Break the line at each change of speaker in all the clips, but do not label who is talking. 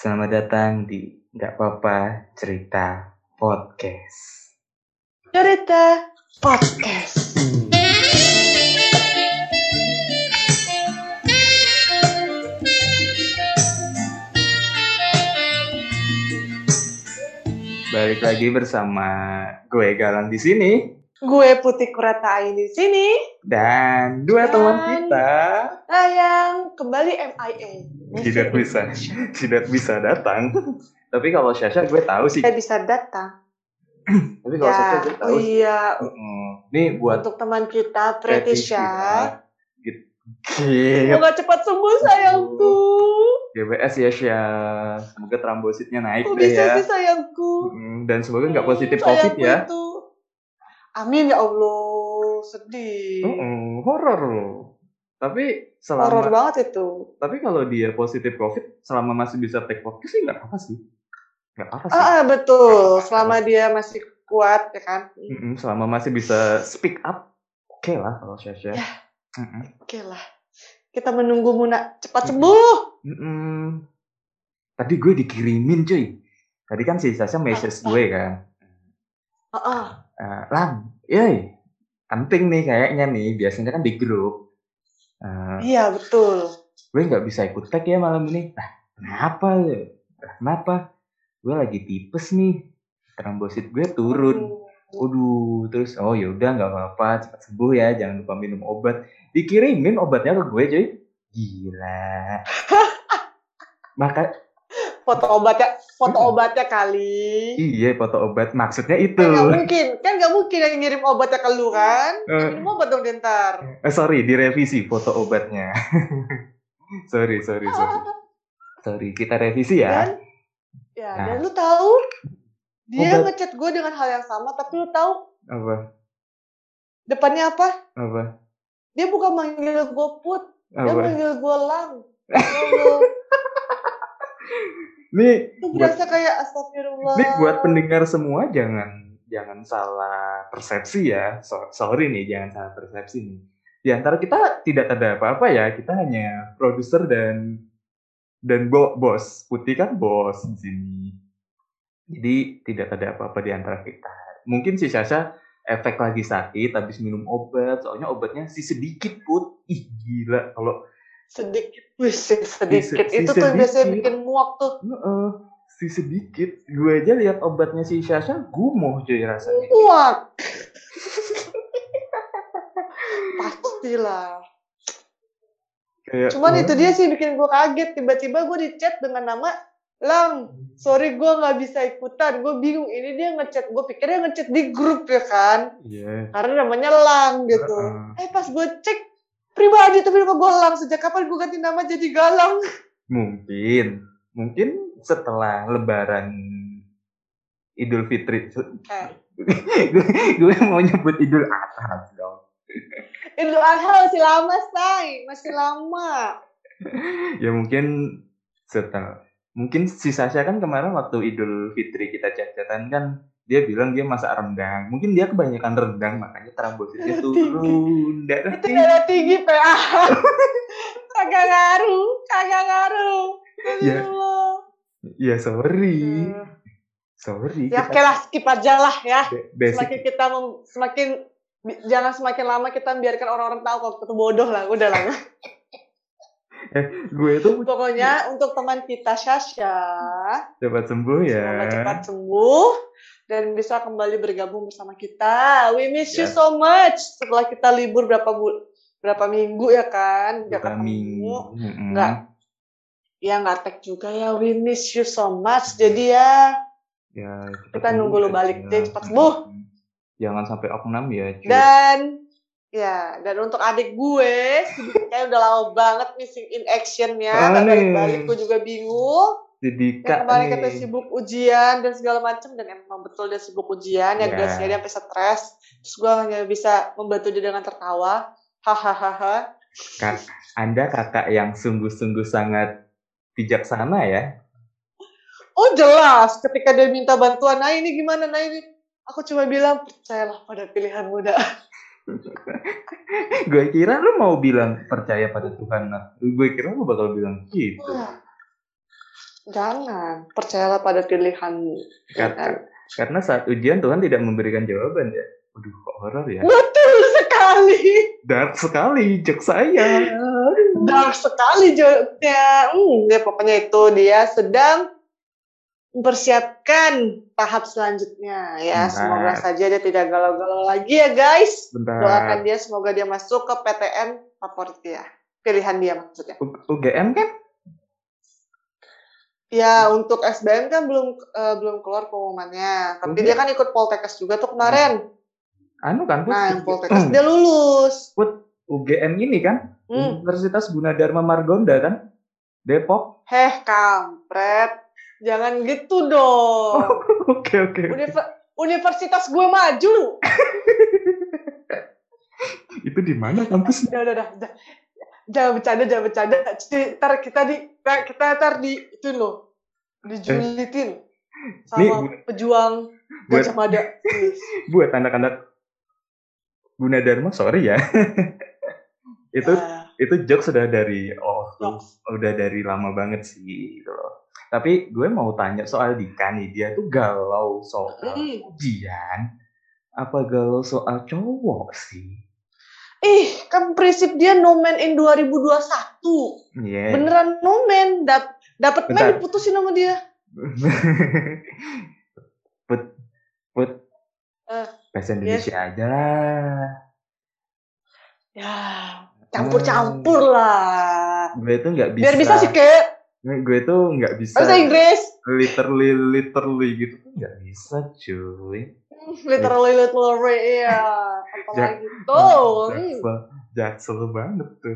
Selamat datang di Nggak Apa-apa Cerita Podcast.
Cerita Podcast.
Balik lagi bersama gue Galang di sini
Gue Putih Kuratai di sini.
dan dua teman kita
Yang kembali MIA.
tidak bisa datang. Tapi kalau Syasha gue tahu sih.
Tidak bisa datang.
Tapi kalau Syasha gue tahu sih.
Iya.
Nih buat
Untuk teman kita Pretisha.
Gitu.
Semoga cepat sembuh sayangku.
GBS ya Syah. Semoga trombositnya naik
Kok
deh
bisa
ya.
sih sayangku?
Dan semoga nggak positif COVID ya.
Itu. Amin ya Allah. Sedih.
Horor loh. Tapi
Horor banget itu.
Tapi kalau dia positif COVID, selama masih bisa take podcast sih nggak apa sih. Nggak apa sih.
Betul. Selama dia masih kuat ya kan.
Selama masih bisa speak up, oke lah kalau Syasha.
Ya. Oke lah. Kita menunggu Muna cepat sembuh.
Tadi gue dikirimin cuy. Tadi kan si Syasha message gue kan. Lang, yoi, penting nih kayaknya nih. Biasanya kan di grup.
Iya betul.
Gue nggak bisa ikut tag ya malam ini. Kenapa? Gue lagi tipes nih. Trombosit gue turun. Waduh, terus yaudah nggak apa-apa, cepat sembuh ya, jangan lupa minum obat. Dikirimin obatnya ke gue cuy. Gila. Maka
foto obatnya kali.
Iya, foto obat, maksudnya itu.
Kan nggak mungkin yang ngirim obatnya ke lu kan. Minum obat dong ntar.
Sorry, direvisi foto obatnya. sorry, kita revisi ya.
Dan lu tahu dia ngechat gue dengan hal yang sama, tapi lu tahu
apa?
Depannya apa?
Apa?
Dia bukan manggil gue Put, dia manggil gue Lang.
Nih,
itu berasa kayak astagfirullah.
Nih buat pendengar semua jangan salah persepsi ya. Sorry nih, jangan salah persepsi nih. Di antara kita tidak ada apa-apa ya, kita hanya produser dan bos. Putih kan bos di sini. Jadi tidak ada apa-apa di antara kita. Mungkin si Syasha efek lagi sakit, habis minum obat. Soalnya obatnya sedikit Put. Ih gila kalau
sedikit. Itu tuh biasanya bikin muak tuh.
Sedikit. Gue aja lihat obatnya si Syasha gumoh cuy rasanya.
Muak. Pastilah. Cuman itu dia sih bikin gue kaget. Tiba-tiba gue di-chat dengan nama Lang, sorry gue gak bisa ikutan. Gue bingung, ini dia ngechat. Gue pikir dia ngechat di grup ya kan. Karena namanya Lang gitu. Pas gue cek pribadi, tapi nama gue Lang. Sejak kapan gue ganti nama jadi Galang?
Mungkin setelah Lebaran Idul Fitri. Gue mau nyebut Idul Adha dong.
Idul Adha masih lama, say. Masih lama.
Ya mungkin si Syasha kan kemarin waktu Idul Fitri kita chat-chatan kan dia bilang dia masak rendang. Mungkin dia kebanyakan rendang makanya trombositnya turun.
Itu darah tinggi PA. Kagak ngaruh.
Ya sorry.
Ya oke lah, skip aja lah ya. Jangan semakin lama kita biarkan orang-orang tahu kalau kita bodoh lah. Udah lama.
Gue itu
pokoknya untuk teman kita Syasha
cepat sembuh ya.
Semoga cepat sembuh dan bisa kembali bergabung bersama kita. We miss you so much. Setelah kita libur berapa minggu ya kan?
Berapa minggu.
Nggak tag juga ya. We miss you so much. Jadi ya kita nunggu lu balik deh, cepat sembuh.
Jangan sampai oknum ya.
Dan untuk adik gue, kayak udah lama banget missing in action-nya, nggak balik-balik, gue juga bingung. Kemarin kita sibuk ujian dan segala macam, dan emang betul dia sibuk ujian, ya guys, dia sampai stres. Terus gue hanya bisa membantu dia dengan tertawa, hahaha.
Anda kakak yang sungguh-sungguh sangat bijaksana ya?
Oh jelas, ketika dia minta bantuan, ini gimana, ini. Aku cuma bilang, percayalah pada pilihan muda.
Gue kira lu mau bilang percaya pada Tuhan. Gue kira lu bakal bilang gitu.
Jangan, percayalah pada pilihanmu.
Karena saat ujian Tuhan tidak memberikan jawaban ya. Waduh, kok horor ya?
Betul sekali.
Dark sekali joke saya.
Dark sekali joke-nya. Ya, pokoknya itu dia sedang mempersiapkan tahap selanjutnya ya. Semoga saja dia tidak galau-galau lagi ya guys. Doakan dia, semoga dia masuk ke PTN favorit dia. Pilihan dia maksudnya.
UGM kan?
Ya, untuk SBM kan belum keluar pengumumannya. Tapi dia kan ikut Poltekkes juga tuh kemarin.
Kan?
Nah, yang Poltekkes dia lulus.
UGM ini kan? Universitas Gunadarma Margonda kan? Depok.
Kampret. Jangan gitu dong.
Oke.
Universitas gue maju.
Itu di mana kampusnya?
Udah. Jangan bercanda. Ntar kita itu loh. Dijulitin sama pejuang Gajah Mada.
Buat anak-anak Gunadarma, sorry ya. Itu jokes sudah dari udah dari lama banget sih gitu loh. Tapi gue mau tanya soal Dika nih, dia tuh galau soal ujian apa galau soal cowok sih?
Kan prinsip dia no man in 2021. Yeah. Beneran no man, dapat man diputusin sama dia.
Put. Bahasa Indonesia aja lah.
Ya, campur-campur lah.
Gue tuh nggak bisa.
Biar bisa sih kayak.
Gue tuh nggak bisa.
Bahasa Inggris.
Literally gitu nggak bisa cuy.
Literally iya. Apalagi tuh.
Jaksel banget tuh.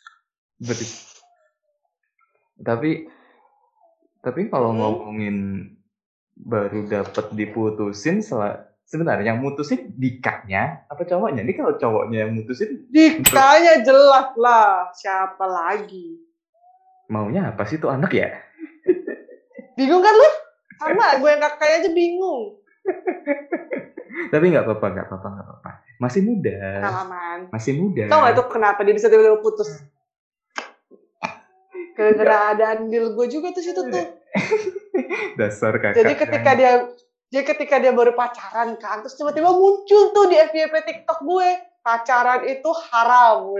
Tapi kalau ngomongin baru dapat diputusin sebenarnya yang mutusin Dikanya apa cowoknya? Ini kalau cowoknya yang mutusin
Dikanya jelas lah. Siapa lagi?
Maunya apa sih tuh anak ya?
Bingung kan lu? Sama, gue yang kakaknya aja bingung.
Tapi nggak apa-apa. Masih muda.
Pengalaman.
Masih muda.
Tahu nggak itu kenapa dia bisa tiba-tiba putus? Gara-gara ada andil gue juga tuh situ tuh.
Dasar kakak.
Jadi ketika dia baru pacaran kan, terus tiba-tiba muncul tuh di FYP TikTok gue, pacaran itu haram.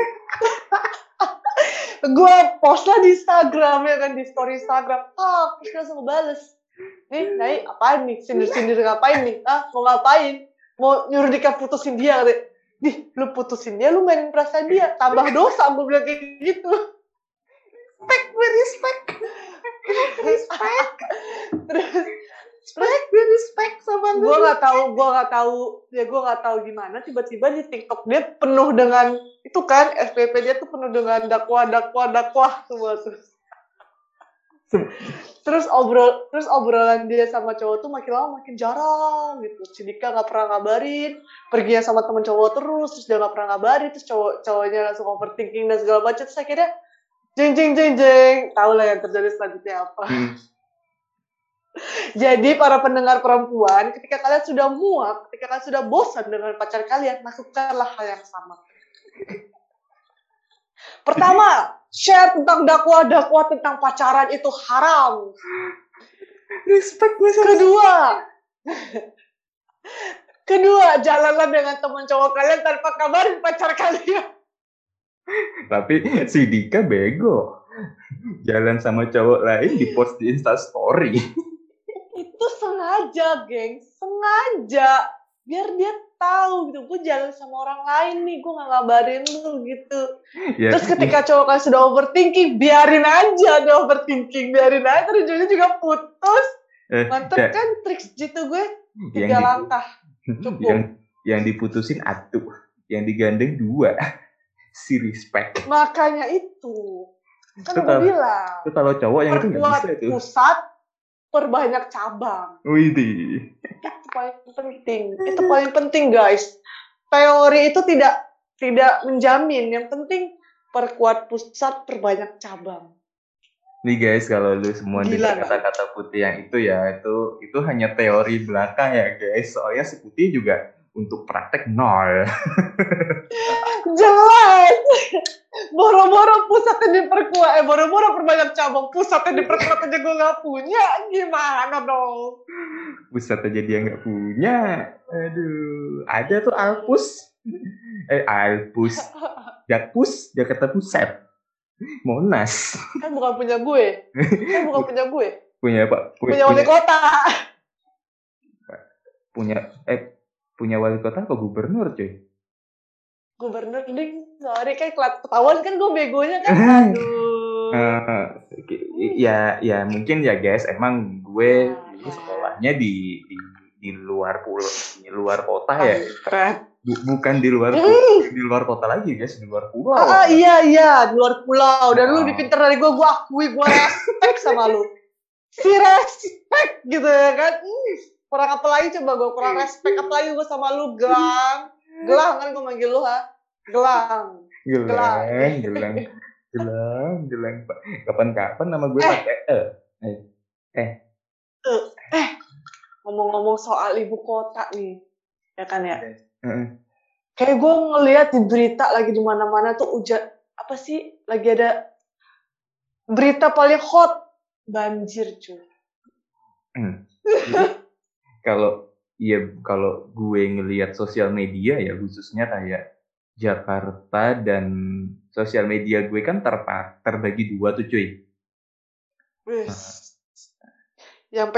Gue post lah di Instagram ya kan, di story Instagram. Terus langsung ngebales. Nai, apaan nih? Sindir-sindir ngapain nih? Mau ngapain? Mau nyuruh Dika putusin dia? Lu putusin dia, lu mainin perasaan dia. Tambah dosa, gue bilang kayak gitu. Respect sama gue. Gue nggak tahu gimana tiba-tiba di TikTok dia penuh dengan itu kan, FPP dia tuh penuh dengan dakwah semua tuh. Terus obrolan dia sama cowok tuh makin lama makin jarang gitu. Si Dika nggak pernah ngabarin, perginya sama temen cowok terus dia nggak pernah ngabarin, terus cowoknya langsung overthinking dan segala macam. Terus akhirnya jeng, tahu lah yang terjadi selanjutnya apa. Jadi para pendengar perempuan, ketika kalian sudah muak, ketika kalian sudah bosan dengan pacar kalian, lakukanlah hal yang sama. Pertama, share tentang dakwah tentang pacaran itu haram.
Respect.
Kedua, jalanlah dengan teman cowok kalian tanpa kabarin pacar kalian.
Tapi si Dika bego. Jalan sama cowok lain di post di Instastory.
Itu sengaja, geng. Sengaja. Biar dia tahu gitu. Gue jalan sama orang lain nih. Gue gak ngabarin lu gitu. Ya, terus ketika cowok kalian sudah overthinking, biarin aja dia overthinking. Biarin aja. Terus juga putus. Mantep kan triks gitu gue. 3 langkah. Cukup.
Yang diputusin 1. Yang digandeng 2. Si respect.
Makanya itu. Kan gue bilang.
Itu kalau cowok yang itu gak bisa itu.
Pusat, perbanyak cabang.
Widih.
Itu paling penting guys. Teori itu tidak menjamin. Yang penting perkuat pusat, perbanyak cabang.
Nih guys, kalau lu semua dengar kata-kata Putih yang itu ya, itu hanya teori belaka ya guys. Soalnya si Putih juga untuk praktek nol.
Jelas. Boro-boro pusatnya diperkuat, boro-boro perbanyak cabang, pusatnya diperkuat aja gue nggak punya, gimana dong?
Pusat aja dia nggak punya, aduh, ada tuh Alpus, Jakpus, Jakarta Pusat, Monas.
Kan bukan punya gue,
Punya apa?
Punya wali kota.
Punya wali kota apa gubernur cuy?
Gubernur ding, sorry kan ketahuan kan gue begonya kan, aduh.
Ya mungkin ya guys, emang gue sekolahnya di luar pulau, di luar kota ya. Bukan di luar kota lagi guys, di luar pulau.
Iya, di luar pulau. Dan lu lebih pintar dari gue akui, gue respect sama lu. Si respect gitu ya kan. Kurang apa lagi coba gue kurang respect apa lagi gue sama lu, Gelang kan gue manggil lu Gelang.
Pak. Kapan-kapan nama gue pakai
Ngomong-ngomong soal ibu kota nih, ya kan ya. Kayak gue ngeliat di berita lagi di mana-mana tuh apa sih? Lagi ada berita paling hot, banjir cuy.
Kalau gue ngelihat sosial media ya, khususnya kayak Jakarta, dan sosial media gue kan terbagi dua tuh cuy.
Yang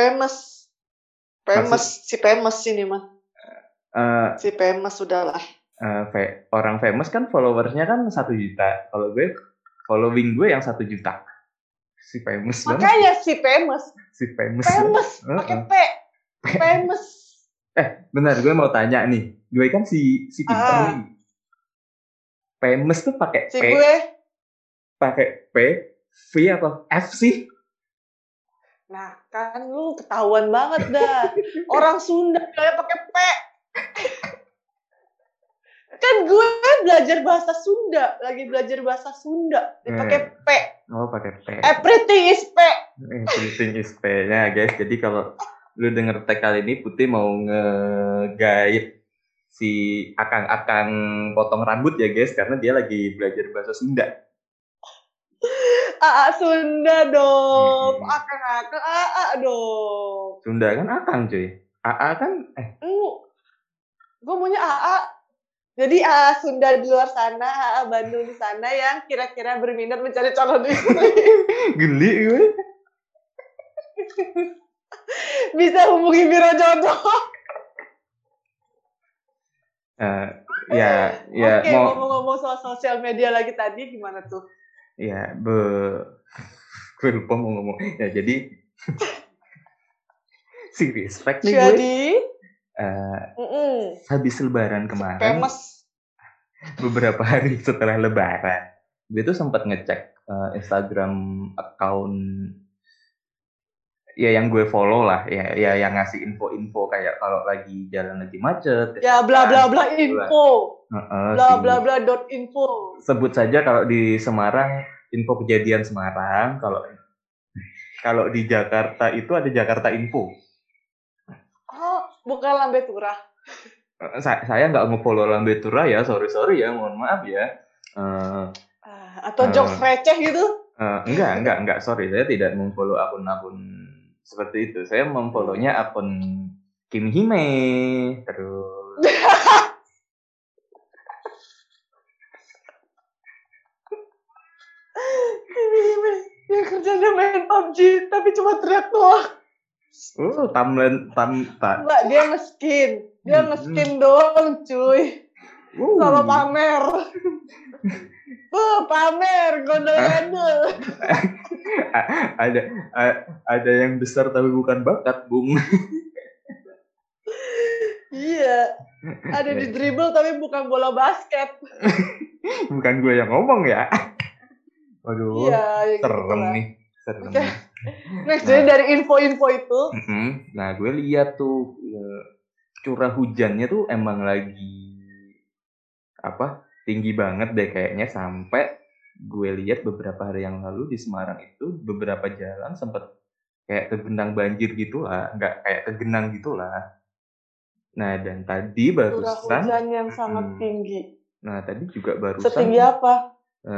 si famous ini mah. Si famous sudahlah.
Orang famous kan followersnya kan 1 juta. Kalau gue following gue yang 1 juta. Si famous banget.
Makanya si famous. Pakai P. Famous.
Benar, gue mau tanya nih. Gue kan si pintar nih. Famous tuh pakai P.
Gue
pakai P, V atau F sih?
Nah, kan lu ketahuan banget dah. Orang Sunda kayak pakai P. Kan gue belajar bahasa Sunda, lagi belajar bahasa Sunda, dipakai P.
Oh, pakai P.
Everything is P.
Everything is P-nya, guys. Jadi kalau lu denger tag kali ini, Putih mau nge-guide si akang-akang potong rambut ya, guys, karena dia lagi belajar bahasa Sunda.
Sunda dong. Akang dong.
Sunda kan akang, cuy. kan
gue maunya Jadi Sunda di luar sana, Bandung di sana yang kira-kira berminat mencari calon istri.
Geli gue.
Bisa hubungi Biro Jodoh. Oke, ngomong-ngomong soal sosial media lagi tadi, gimana tuh?
Ya, gue lupa mau ngomong. Ya, jadi si respect nih gue. Habis Lebaran kemarin, beberapa hari setelah Lebaran, gue tuh sempat ngecek Instagram account ya yang gue follow lah, ya yang ngasih info-info kayak kalau lagi jalan lagi macet.
Ya bla bla bla info. Bla bla bla .info.
Sebut saja kalau di Semarang info kejadian Semarang, kalau di Jakarta itu ada Jakarta Info.
Oh, bukan Lambe Turah.
Saya nggak nge-follow Lambe Turah ya, sorry ya, mohon maaf ya.
Atau jokes receh gitu?
Enggak, sorry, saya tidak mem-follow akun-akun seperti itu. Saya mem-follow-nya akun Kim Hime, terus
Kim Hime yang kerjanya main PUBG tapi cuma teriak doang. Enggak, dia nge-skin doang cuy. Sama pamer. Pamer gondol-gondol.
ada yang besar tapi bukan bakat, Bung.
Iya. Ada di dribble tapi bukan bola basket.
Bukan gue yang ngomong ya. Waduh,
iya,
serem
gitu
nih. Serem.
Okay. Next, jadi dari info-info itu.
Nah, gue lihat tuh curah hujannya tuh emang lagi tinggi banget deh kayaknya, sampai gue lihat beberapa hari yang lalu di Semarang itu beberapa jalan sempat kayak kegenang banjir gitulah, nggak kayak kegenang gitulah. Nah, dan tadi
Curah
barusan
hujan yang sangat tinggi.
Nah, tadi juga barusan
setinggi apa?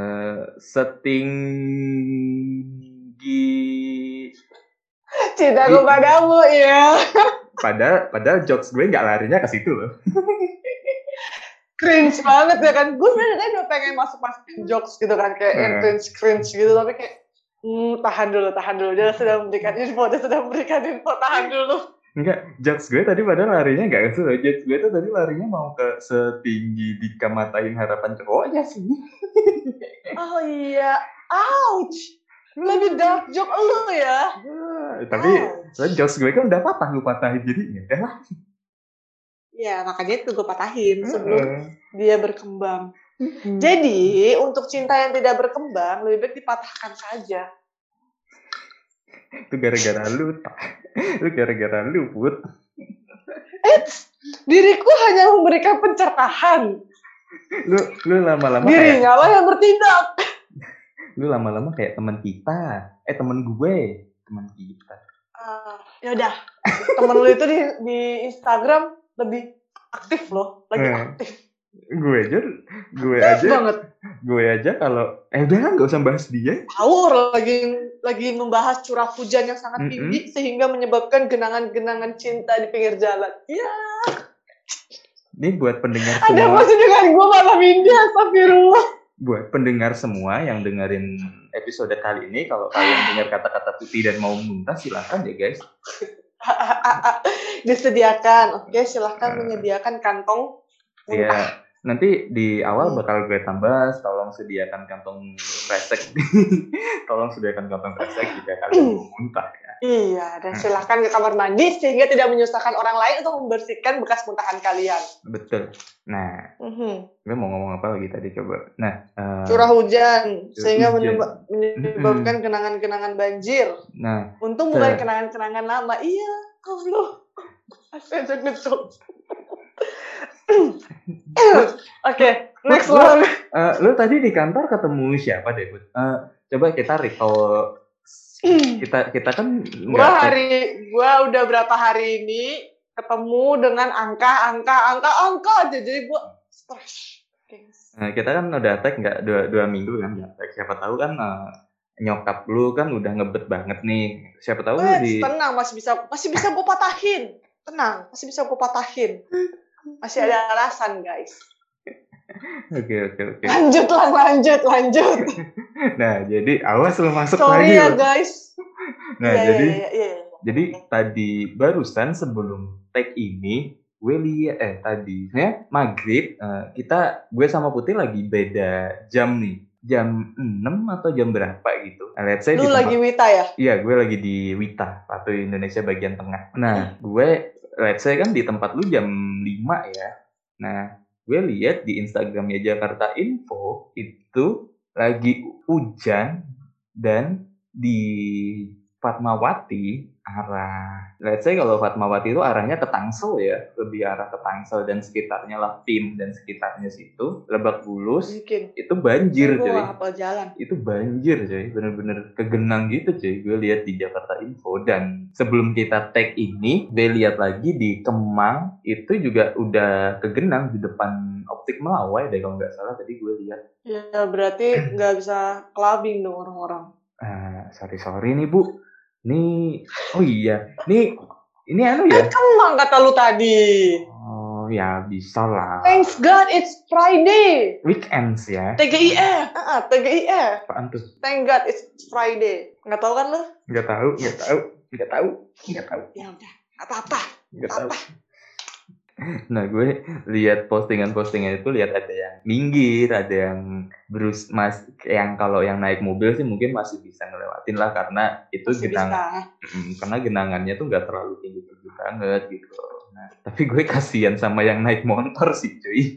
Setinggi
cintaku padamu ya.
Padahal jokes gue nggak larinya ke situ loh.
Cringe banget ya kan. Gue sebenarnya udah pengen masuk-masukin jokes gitu kan, kayak yang cringe gitu, tapi kayak tahan dulu. Dia sudah memberikan info, tahan dulu.
Enggak, jokes gue tadi padahal larinya nggak ke situ. Jokes gue tuh tadi larinya mau ke setinggi dikamatain harapan cowoknya sih.
Oh iya, ouch. Lebih dark joke lu ya.
Tapi jokes gue kan udah patah, lu patahin jadi ya udah lah.
Ya, makanya itu gue patahin sebelum dia berkembang. Jadi, untuk cinta yang tidak berkembang, lebih baik dipatahkan saja.
Itu gara-gara lu. Itu gara-gara lu, Put.
Diriku hanya memberikan pencerahan.
Lu lama-lama
dirinya lah yang bertindak.
Lu lama-lama kayak teman kita. Teman kita.
Ya udah. Temen lu itu di Instagram lebih aktif loh, lagi aktif. Gue aja kalau udah nggak usah bahas dia. Tahu lagi membahas curah hujan yang sangat tinggi sehingga menyebabkan genangan-genangan cinta di pinggir jalan. Iya.
Ini buat pendengar
semua. Ada masih dengan gue malam ini, astagfirullah.
Buat pendengar semua yang dengerin episode kali ini, kalau kalian dengar kata-kata putih dan mau muntah, silahkan ya guys.
Disediakan, oke, silahkan menyediakan kantong muntah.
Iya. Nanti di awal bakal gue tambah, tolong sediakan kantong kresek. Tolong sediakan kantong kresek jika kalian mau muntah ya.
Iya, dan silahkan ke kamar mandi sehingga tidak menyusahkan orang lain untuk membersihkan bekas muntahan kalian.
Betul. Nah, gue mau ngomong apa lagi tadi coba. Nah,
curah hujan sehingga menyebabkan kenangan-kenangan banjir.
Nah,
untung bukan kenangan-kenangan lama. Iya, Allah. Asyik ngetuk. Oke, next one.
Lu tadi di kantor ketemu siapa deh, Bud? Coba kita recall. Kita kan
gua udah berapa hari ini ketemu dengan angka aja, jadi gua stres.
Nah, kita kan udah tag nggak 2 minggu kan nggak tag. Siapa tahu kan nyokap lu kan udah ngebet banget nih. Siapa tahu
tenang, masih bisa gua patahin. Tenang, masih bisa gua patahin. Masih ada alasan, guys.
Oke.
Lanjut.
Nah, jadi awas lu masuk
lagi.
Sorry
ya, guys.
Nah, jadi tadi barusan sebelum tag ini gue lihat tadinya maghrib gue sama Putih lagi beda jam nih. Jam 6 atau jam berapa gitu. Nah, let's say
lu lagi Wita ya?
Iya, gue lagi di Wita, Patu Indonesia bagian tengah. Nah, gue let's say kan di tempat lu jam 5 ya. Nah, gue lihat di Instagramnya Jakarta Info itu lagi hujan dan di Fatmawati let's say kalau Fatmawati itu arahnya ke Tangsel ya, lebih arah ke Tangsel dan sekitarnya lah, Tim dan sekitarnya situ, Lebak Bulus, itu banjir coy. Itu banjir coy, bener-bener kegenang gitu coy. Gue lihat di Jakarta Info, dan sebelum kita tag ini, gue lihat lagi di Kemang itu juga udah kegenang di depan Optik Melawai deh kalau nggak salah tadi gue lihat.
Ya berarti nggak bisa clubbing dong orang-orang.
Sorry nih Bu. Oh iya, ini anu ya?
Kemang kata lu tadi.
Oh ya, bisa lah.
Thanks God it's Friday.
Weekends ya.
TGIF.
Apaan tuh?
Thank God it's Friday. Nggak tahu kan lu?
Nggak tahu.
Ya udah, apa-apa.
Nggak tahu. Nah, gue lihat postingan-postingan itu, lihat ada yang minggir, ada yang yang kalau yang naik mobil sih mungkin masih bisa ngelewatin lah, karena itu karena genangannya tuh nggak terlalu tinggi banget gitu. Nah, tapi gue kasihan sama yang naik motor sih cuy.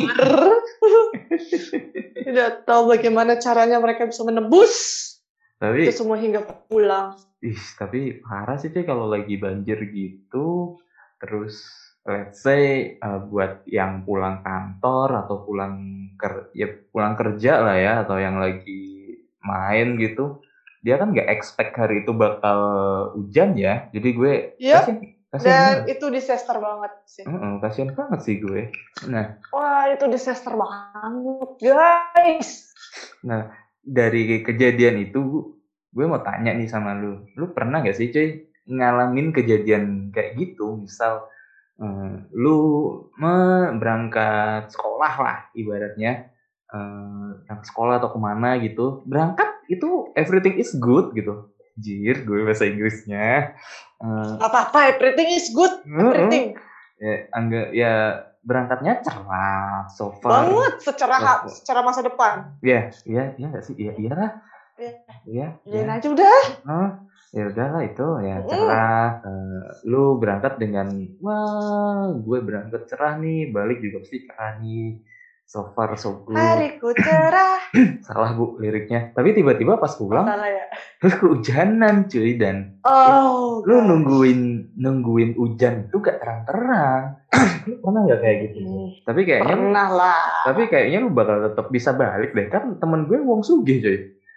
Tidak tahu bagaimana caranya mereka bisa menebus itu semua hingga pulang.
Tapi parah sih cuy kalau lagi banjir gitu. Terus let's say buat yang pulang kantor atau pulang kerja lah ya, atau yang lagi main gitu, dia kan nggak expect hari itu bakal hujan ya. Jadi gue
Dan itu disaster banget sih.
Kasian banget sih gue. Nah,
wah itu disaster banget, guys.
Nah, dari kejadian itu gue mau tanya nih sama lu. Lu pernah gak sih cuy ngalamin kejadian kayak gitu? Misal lu berangkat sekolah lah ibaratnya. Berangkat sekolah atau kemana gitu. Berangkat itu everything is good gitu. Jir, gue bahasa Inggrisnya.
Apa-apa, everything is good. Everything.
Ya berangkatnya cerah, so far.
Banget, secara masa depan.
Iya nggak sih? Iyalah. Iya.
Aja udah.
Ya udahlah itu ya cerah. Lu berangkat dengan wah, gue berangkat cerah nih, balik juga pasti cerah nih. So far so good.
Hariku cerah.
Salah bu liriknya. Tapi tiba-tiba pas pulang,
salah ya.
Terus kehujanan cuy dan lu nungguin hujan itu gak terang-terang. Lu pernah nggak kayak gitu? Tapi kayaknya
pernah lah.
Tapi kayaknya lu bakal tetap bisa balik deh kan temen gue wong sugih cuy.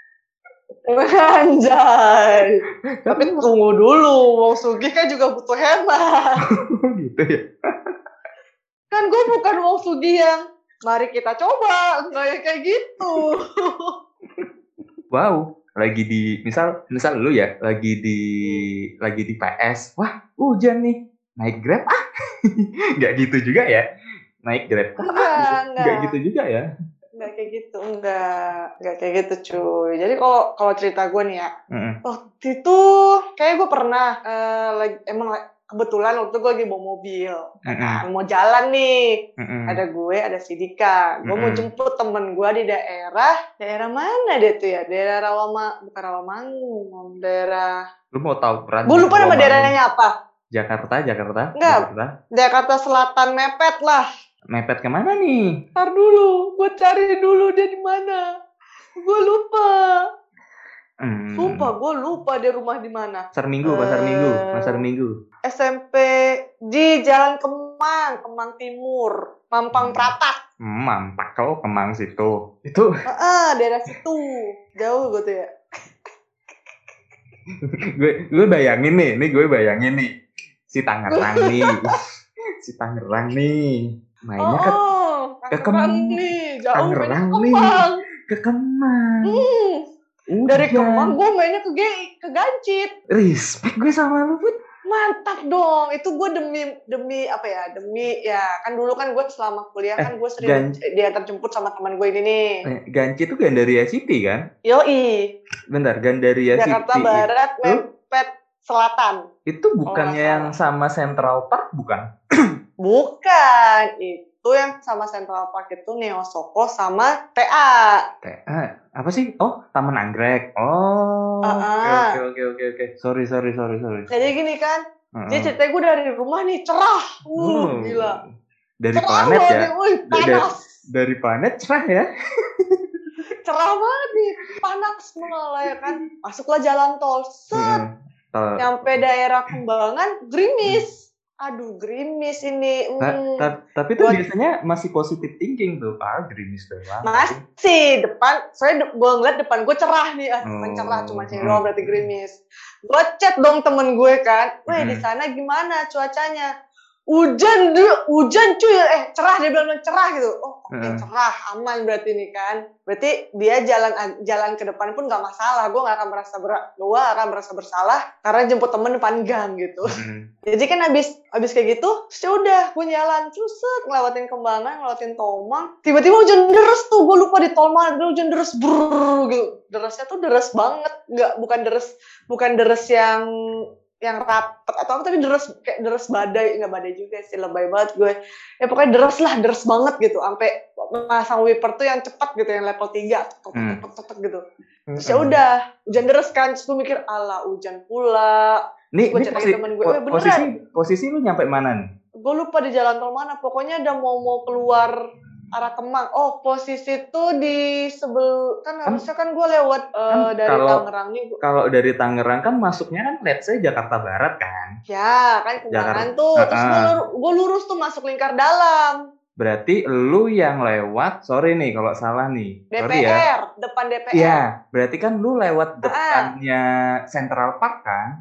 Anjay. Tapi tunggu dulu, wong sugih kan juga butuh hemat.
Gitu ya.
Kan gue bukan wong sugih yang mari kita coba, nggak kayak gitu.
Wow, lagi di misal lu ya lagi di PS, wah hujan nih, naik Grab nggak gitu juga ya, naik Grab nggak gitu juga ya.
Nggak kayak gitu, nggak kayak gitu cuy. Jadi kalau cerita gue nih ya, waktu itu kayak gue pernah kebetulan waktu gue lagi bawa mobil, mau jalan nih, ada gue, ada si Dika, gue mau jemput temen gue di daerah mana deh tuh ya, daerah bukan Rawamangun, daerah.
Lu mau tahu peran?
Gue lupa nama daerahnya apa.
Jakarta.
Enggak, Jakarta Selatan mepet lah.
Mepet kemana nih?
Ntar dulu, gue cari dulu dia di mana. Gue lupa. Sumpah, gue lupa dia rumah di mana.
Pasar Minggu.
SMP di Jalan Kemang Timur, Mampang Prapat.
Mampak kalau Kemang situ. Itu.
Daerah situ. Jauh gue tuh ya.
gue bayangin nih. Si Tangerang nih. Mainnya ke Kemang nih.
Jauh
Tangerang
nih.
Ke Kemang.
Dari Kemang gue mainnya ke Gancit.
Respect gue sama lu, Put.
Mantap dong. Itu gue demi apa ya? Demi ya kan dulu kan gue selama kuliah kan gue sering diantar jemput sama teman gue ini nih.
Gancit itu Gandaria City kan?
Yoi.
Bentar, Gandaria City.
Jakarta Barat, mepet selatan.
Itu bukannya yang sama Central Park bukan?
Bukan. Itu yang sama Central Park itu Neo Soko sama TA.
Apa sih? Oh, Taman Anggrek. Oh. Oke. Sorry.
Jadi gini kan. Jadi ceritanya gue dari rumah nih cerah. Gila.
Dari
cerah
planet ya.
Panas.
Dari planet cerah ya.
Cerah banget nih. Panas malah ya kan. Masuklah jalan tol. Set. Nyampe daerah Kembangan gerimis. Aduh, gerimis ini.
Tapi tuh biasanya masih positive thinking tuh. Gerimis doang.
Masih depan, saya gue ngeliat depan gue cerah nih. Depan cerah cuma sini doang berarti gerimis. Gue chat dong temen gue kan. Di sana gimana cuacanya? Hujan cuy. Cerah, dia bilang cerah gitu. Cerah, aman berarti nih kan. Berarti dia jalan ke depan pun gak masalah. Gue gak akan merasa bersalah karena jemput temen depan gang gitu. Jadi kan abis kayak gitu, udah gue jalan set ngelewatin Kembangan, ngelewatin Tomang. Tiba-tiba hujan deres tuh. Gue lupa di tol mana hujan deres gitu. Deresnya tuh deres banget. Bukan deres yang rapet atau apa, tapi deres badai, nggak badai juga sih, lebay banget gue. Ya pokoknya deres banget gitu, sampai masang wiper tuh yang cepat gitu, yang level 3 tek gitu. Terus ya udah, hujan deres kan, terus gue mikir, ala hujan pula.
Gue ceritain temen gue, posisi lu nyampe mana nih?
Gue lupa di jalan tol mana, pokoknya udah mau keluar arah Kemang. Posisi tuh di kan harusnya kan gue lewat dari Tangerang nih.
Kalau dari Tangerang kan masuknya kan let's say Jakarta Barat kan?
Ya, kan Kembangan tuh. Terus gue lurus tuh masuk lingkar dalam.
Berarti lu yang lewat, sorry nih kalau salah nih.
DPR, depan DPR.
Iya, berarti kan lu lewat depannya Central Park kan?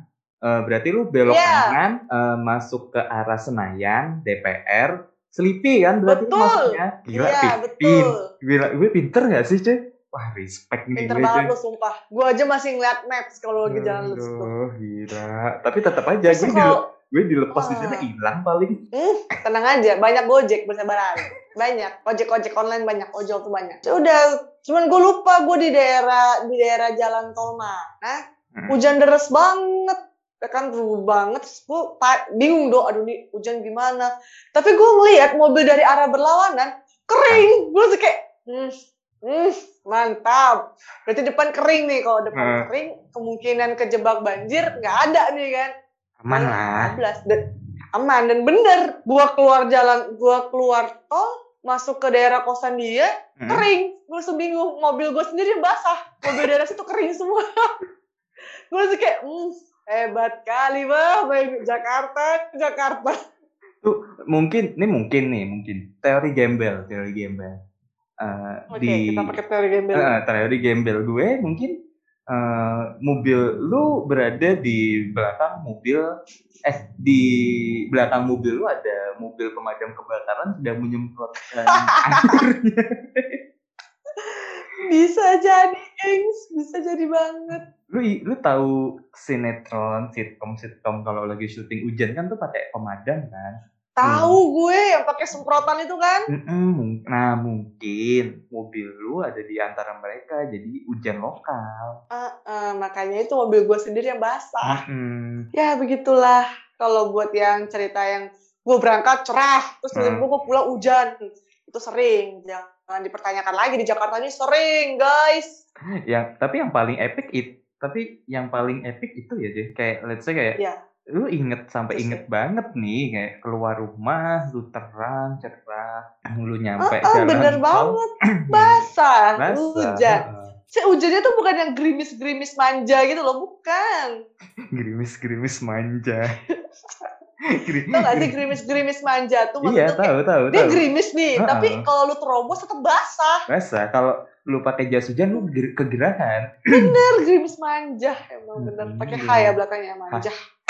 berarti lu belok kanan, masuk ke arah Senayan, DPR, Selipi kan berarti
betul.
masuknya. Gila,
iya, betul.
Gila, gue pinter gak sih, cuy? Wah, respect nih
pinter
gue,
banget
cuy.
lu, sumpah. Gue aja masih ngeliat maps kalau lagi jalan lu situ.
Gila. Tapi tetap aja, gue dilepas di sana hilang paling.
Tenang aja, banyak Gojek bersebaran. Banyak, ojek online banyak, ojol tuh banyak. Udah, cuman gue lupa gue di daerah jalan tol mana. Hujan deras banget. Ya kan rubuh banget, gue bingung dong, aduh nih hujan gimana. Tapi gue ngeliat mobil dari arah berlawanan kering, gue tuh kayak mantap. Berarti depan kering nih, kalau depan kering kemungkinan kejebak banjir nggak ada nih kan.
Aman lah.
Aman, dan bener gue keluar tol masuk ke daerah kosan dia kering. Gue bingung, mobil gue sendiri basah, mobil daerah situ kering semua. Gue tuh kayak hebat kali bang, Jakarta.
Tuh mungkin teori gembel.
Oke, kita pakai teori gembel.
Teori gembel gue mungkin mobil lu berada di belakang mobil lu ada mobil pemadam kebakaran sedang menyemprotkan airnya.
Bisa jadi, gengs. Bisa jadi banget.
Lu tahu sinetron, sitcom kalau lagi syuting hujan kan tuh pakai pemadam kan?
Tahu gue yang pakai semprotan itu kan?
Nah, mungkin mobil lu ada di antara mereka, jadi hujan lokal.
Makanya itu mobil gue sendiri yang basah. Ya begitulah. Kalau buat yang cerita yang gue berangkat cerah, terus tiba-tiba gue pulang hujan, itu sering. Jangan dipertanyakan lagi, di Jakarta ini sering, guys.
Tapi yang paling epic itu ya deh, kayak let's say kayak lu inget banget nih, kayak keluar rumah lu terang cerah, lu nyampe jalan
bener banget, basah. Hujan. Hujannya tuh bukan yang gerimis manja gitu loh, bukan.
Gerimis manja.
Tau gak sih gerimis manja tuh?
Iya, tahu.
Dia gerimis nih, tapi kalau lu terobos tetap basah.
Kalau lu pakai jas hujan lu kegerahan.
Bener, gerimis manja. Emang bener, pakai H ya belakangnya, manja.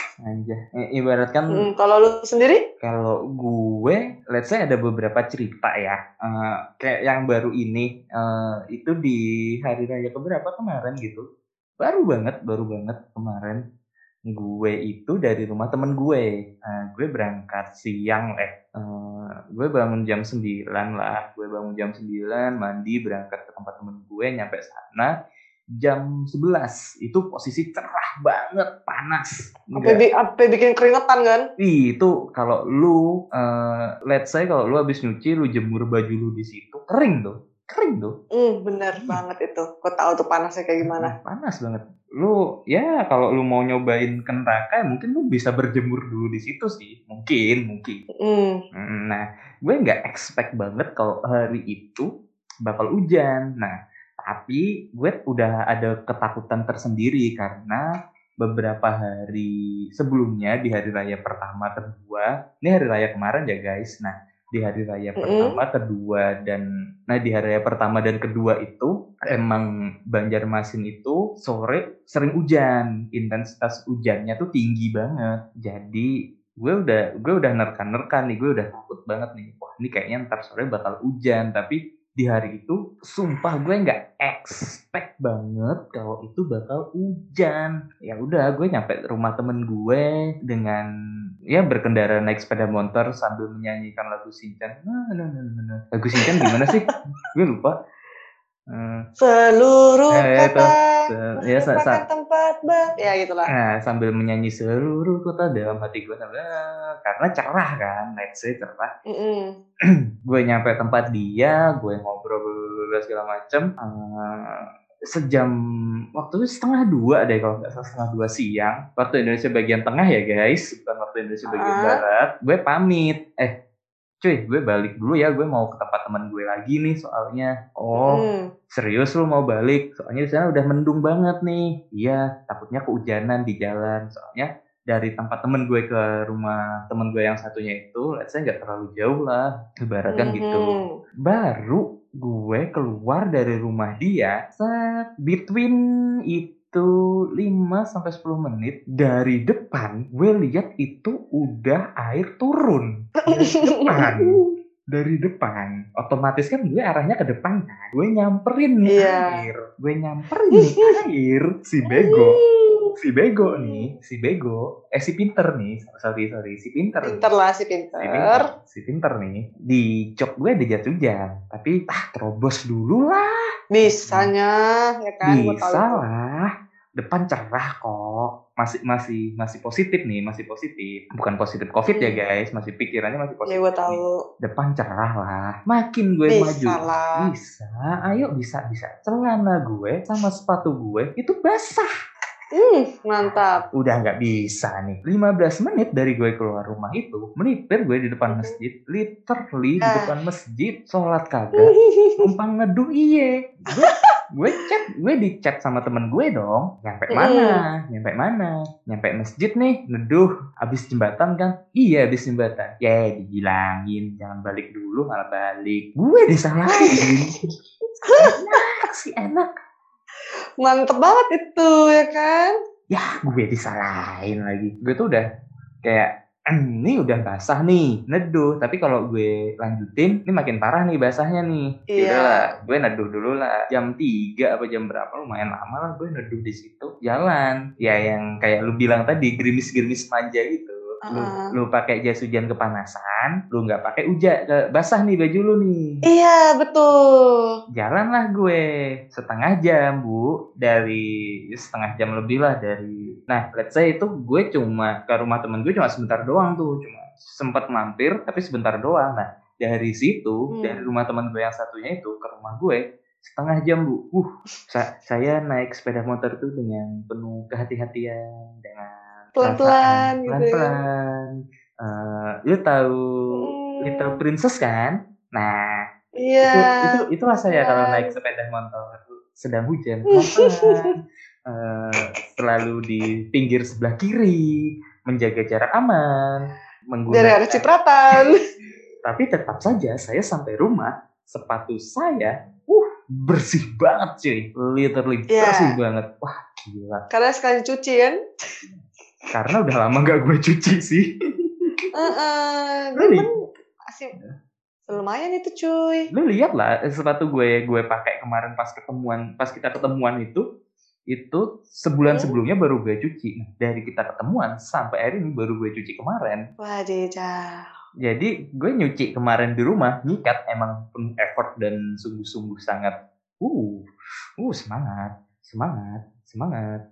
Ibaratkan
kalau lu sendiri?
Kalau gue, let's say ada beberapa cerita ya. Kayak yang baru ini, itu di hari raya keberapa kemarin gitu. Baru banget kemarin. Gue itu dari rumah temen gue. Gue berangkat siang gue bangun jam 9 lah. Gue bangun jam 9, mandi, berangkat ke tempat temen gue, nyampe sana jam 11. Itu posisi cerah banget, panas.
Sampai bikin keringetan kan?
Itu kalau lu let's say kalau lu habis nyuci, lu jemur baju lu di situ, kering tuh.
Bener banget itu. Gue tahu tuh panasnya kayak gimana.
Panas banget. Lu ya kalau lu mau nyobain ke neraka, mungkin lu bisa berjemur dulu di situ sih. Mungkin. Nah, gue nggak expect banget kalau hari itu bakal hujan. Nah, tapi gue udah ada ketakutan tersendiri karena beberapa hari sebelumnya di hari raya pertama kedua, ini hari raya kemarin ya guys. Nah, di hari raya pertama kedua di hari raya pertama dan kedua itu emang Banjarmasin itu sore sering hujan, intensitas hujannya tuh tinggi banget. Jadi gue udah nerka-nerka nih, gue udah takut banget nih. Wah, ini kayaknya ntar sore bakal hujan, tapi di hari itu sumpah gue nggak expect banget kalau itu bakal hujan. Ya udah, gue nyampe rumah temen gue dengan berkendara naik sepeda motor sambil menyanyikan lagu Shinchan. Lagu Shinchan gimana sih? Gue lupa.
Seluruh kota merupakan tempat ya gitulah.
Nah, sambil menyanyi seluruh kota dalam hati gue karena cerah kan, let's say cerah. Gue nyampe tempat dia, gue ngobrol segala macem. Sejam waktu itu 1:30 deh kalau nggak salah, 1:30 siang waktu Indonesia bagian tengah ya guys, bukan waktu Indonesia bagian barat. Gue pamit, cuy, gue balik dulu ya, gue mau ke tempat teman gue lagi nih soalnya. Serius lu mau balik? Soalnya di sana udah mendung banget nih. Iya, takutnya kehujanan di jalan. Soalnya dari tempat temen gue ke rumah temen gue yang satunya itu, let's say nggak terlalu jauh lah, ibaratkan gitu. Baru gue keluar dari rumah dia, between itu itu 5-10 menit dari depan, gue lihat itu udah air turun dari depan. Otomatis kan gue arahnya ke depan kan. Gue nyamperin nih air. Si bego. Si pinter nih. Si pinter nih. Di jok gue ada jas hujan. Tapi terobos dulu lah.
Bisanya, ya kan?
Bisa lah. Depan cerah kok. Masih positif nih, masih positif. Bukan positif COVID ya guys, masih pikirannya masih positif.
Ya gue tahu.
Depan cerah lah. Makin gue maju. Bisa. Ayo bisa. Celana gue sama sepatu gue itu basah.
Mantap.
Udah nggak bisa nih. 15 menit dari gue keluar rumah itu, melipir gue di depan masjid, literally di depan masjid, sholat kagak, numpang neduh iye. Gue di chat sama temen gue dong. Nyampe mana? Nyampe masjid nih, neduh. Abis jembatan kan? Iya, abis jembatan. Ya, dibilangin jangan balik dulu, malah balik. Gue disalahin. Enak.
Mantep banget itu, ya kan?
Ya, gue disalahin lagi. Gue tuh udah kayak, ini udah basah nih, neduh. Tapi kalau gue lanjutin, ini makin parah nih basahnya nih. Yaudah lah, gue neduh dulu lah. Jam 3 apa jam berapa, lumayan lama lah gue neduh di situ. Jalan. Ya yang kayak lu bilang tadi, gerimis-gerimis manja gitu. Lu pakai jas hujan kepanasan, lu nggak pakai basah nih baju lu nih.
Iya betul.
Jalanlah gue setengah jam dari setengah jam lebih lah dari. Nah, let's say itu gue cuma ke rumah temen gue cuma sebentar doang tuh, cuma sempat mampir tapi sebentar doang. Nah dari situ dari rumah temen gue yang satunya itu ke rumah gue setengah jam saya naik sepeda motor itu dengan penuh kehati-hatian dengan
pelan-pelan.
Lu tahu Little Princess kan? Nah,
iya.
Itu rasanya kalau naik sepeda motor sedang hujan. Selalu di pinggir sebelah kiri, menjaga jarak aman,
dari ada cipratan.
Tapi tetap saja saya sampai rumah, sepatu saya bersih banget cuy. Literally bersih banget. Wah, gila.
Karena sekali cuci kan?
Karena udah lama gak gue cuci sih.
Masih lumayan itu cuy.
Lu lihat lah sepatu gue pakai kemarin pas kita ketemuan itu sebulan sebelumnya baru gue cuci. Nah, dari kita ketemuan sampai hari ini baru gue cuci kemarin.
Wadidaw.
Jadi gue nyuci kemarin di rumah, nyikat emang penuh effort dan sungguh-sungguh sangat semangat.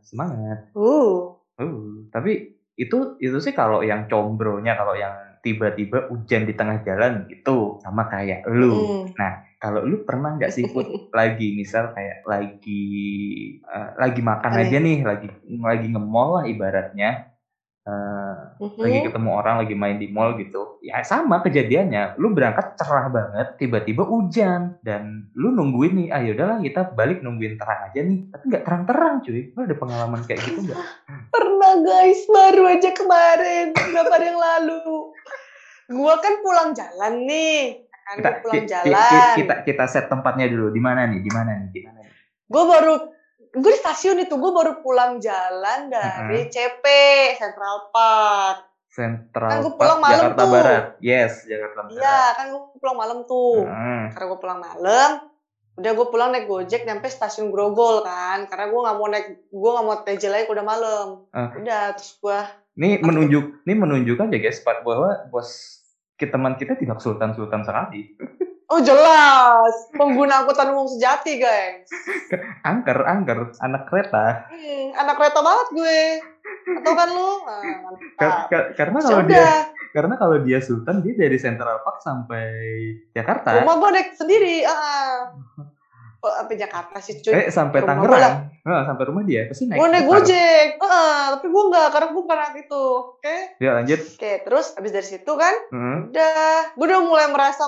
Tapi itu sih kalau yang combronya, kalau yang tiba-tiba hujan di tengah jalan gitu sama kayak lu. Nah, kalau lu pernah nggak sih lagi misal kayak lagi makan aja nih, lagi nge-mall lah ibaratnya. Lagi ketemu orang, lagi main di mall gitu. Ya sama kejadiannya. Lu berangkat cerah banget, tiba-tiba hujan dan lu nungguin nih, yaudahlah kita balik nungguin terang aja nih. Tapi nggak terang-terang cuy. Lu ada pengalaman kayak gitu nggak?
Pernah guys, baru aja kemarin beberapa hari yang lalu. Gua kan pulang jalan nih. Kita set tempatnya dulu. Di mana nih? Gue di stasiun itu, gue baru pulang jalan dari CP, Central Park. Kan gue pulang malam
Jakarta Barat. Yes, Jakarta Barat.
Iya, kan gue pulang malam tuh. Karena gue pulang malam, udah gue pulang naik Gojek nyampe stasiun Grogol kan. Karena gue nggak mau TJ lagi udah malam. Udah terus gue.
Ini menunjukkan ya guys, bahwa teman kita tidak sultan sekali.
Oh jelas, pengguna angkutan umum sejati guys.
Angker, anak kereta.
Anak kereta banget gue. Atau kan lu?
Karena kalau dia sultan, dia dari Central Park sampai Jakarta.
Rumah gue naik sendiri. Sampai Jakarta sih cuy.
Sampai Tangerang. Sampai rumah dia pasti naik.
Gue naik Gojek. Tapi gue enggak, karena gue pernah itu. Oke.
Ya lanjut.
Oke, terus abis dari situ kan, gue udah mulai merasa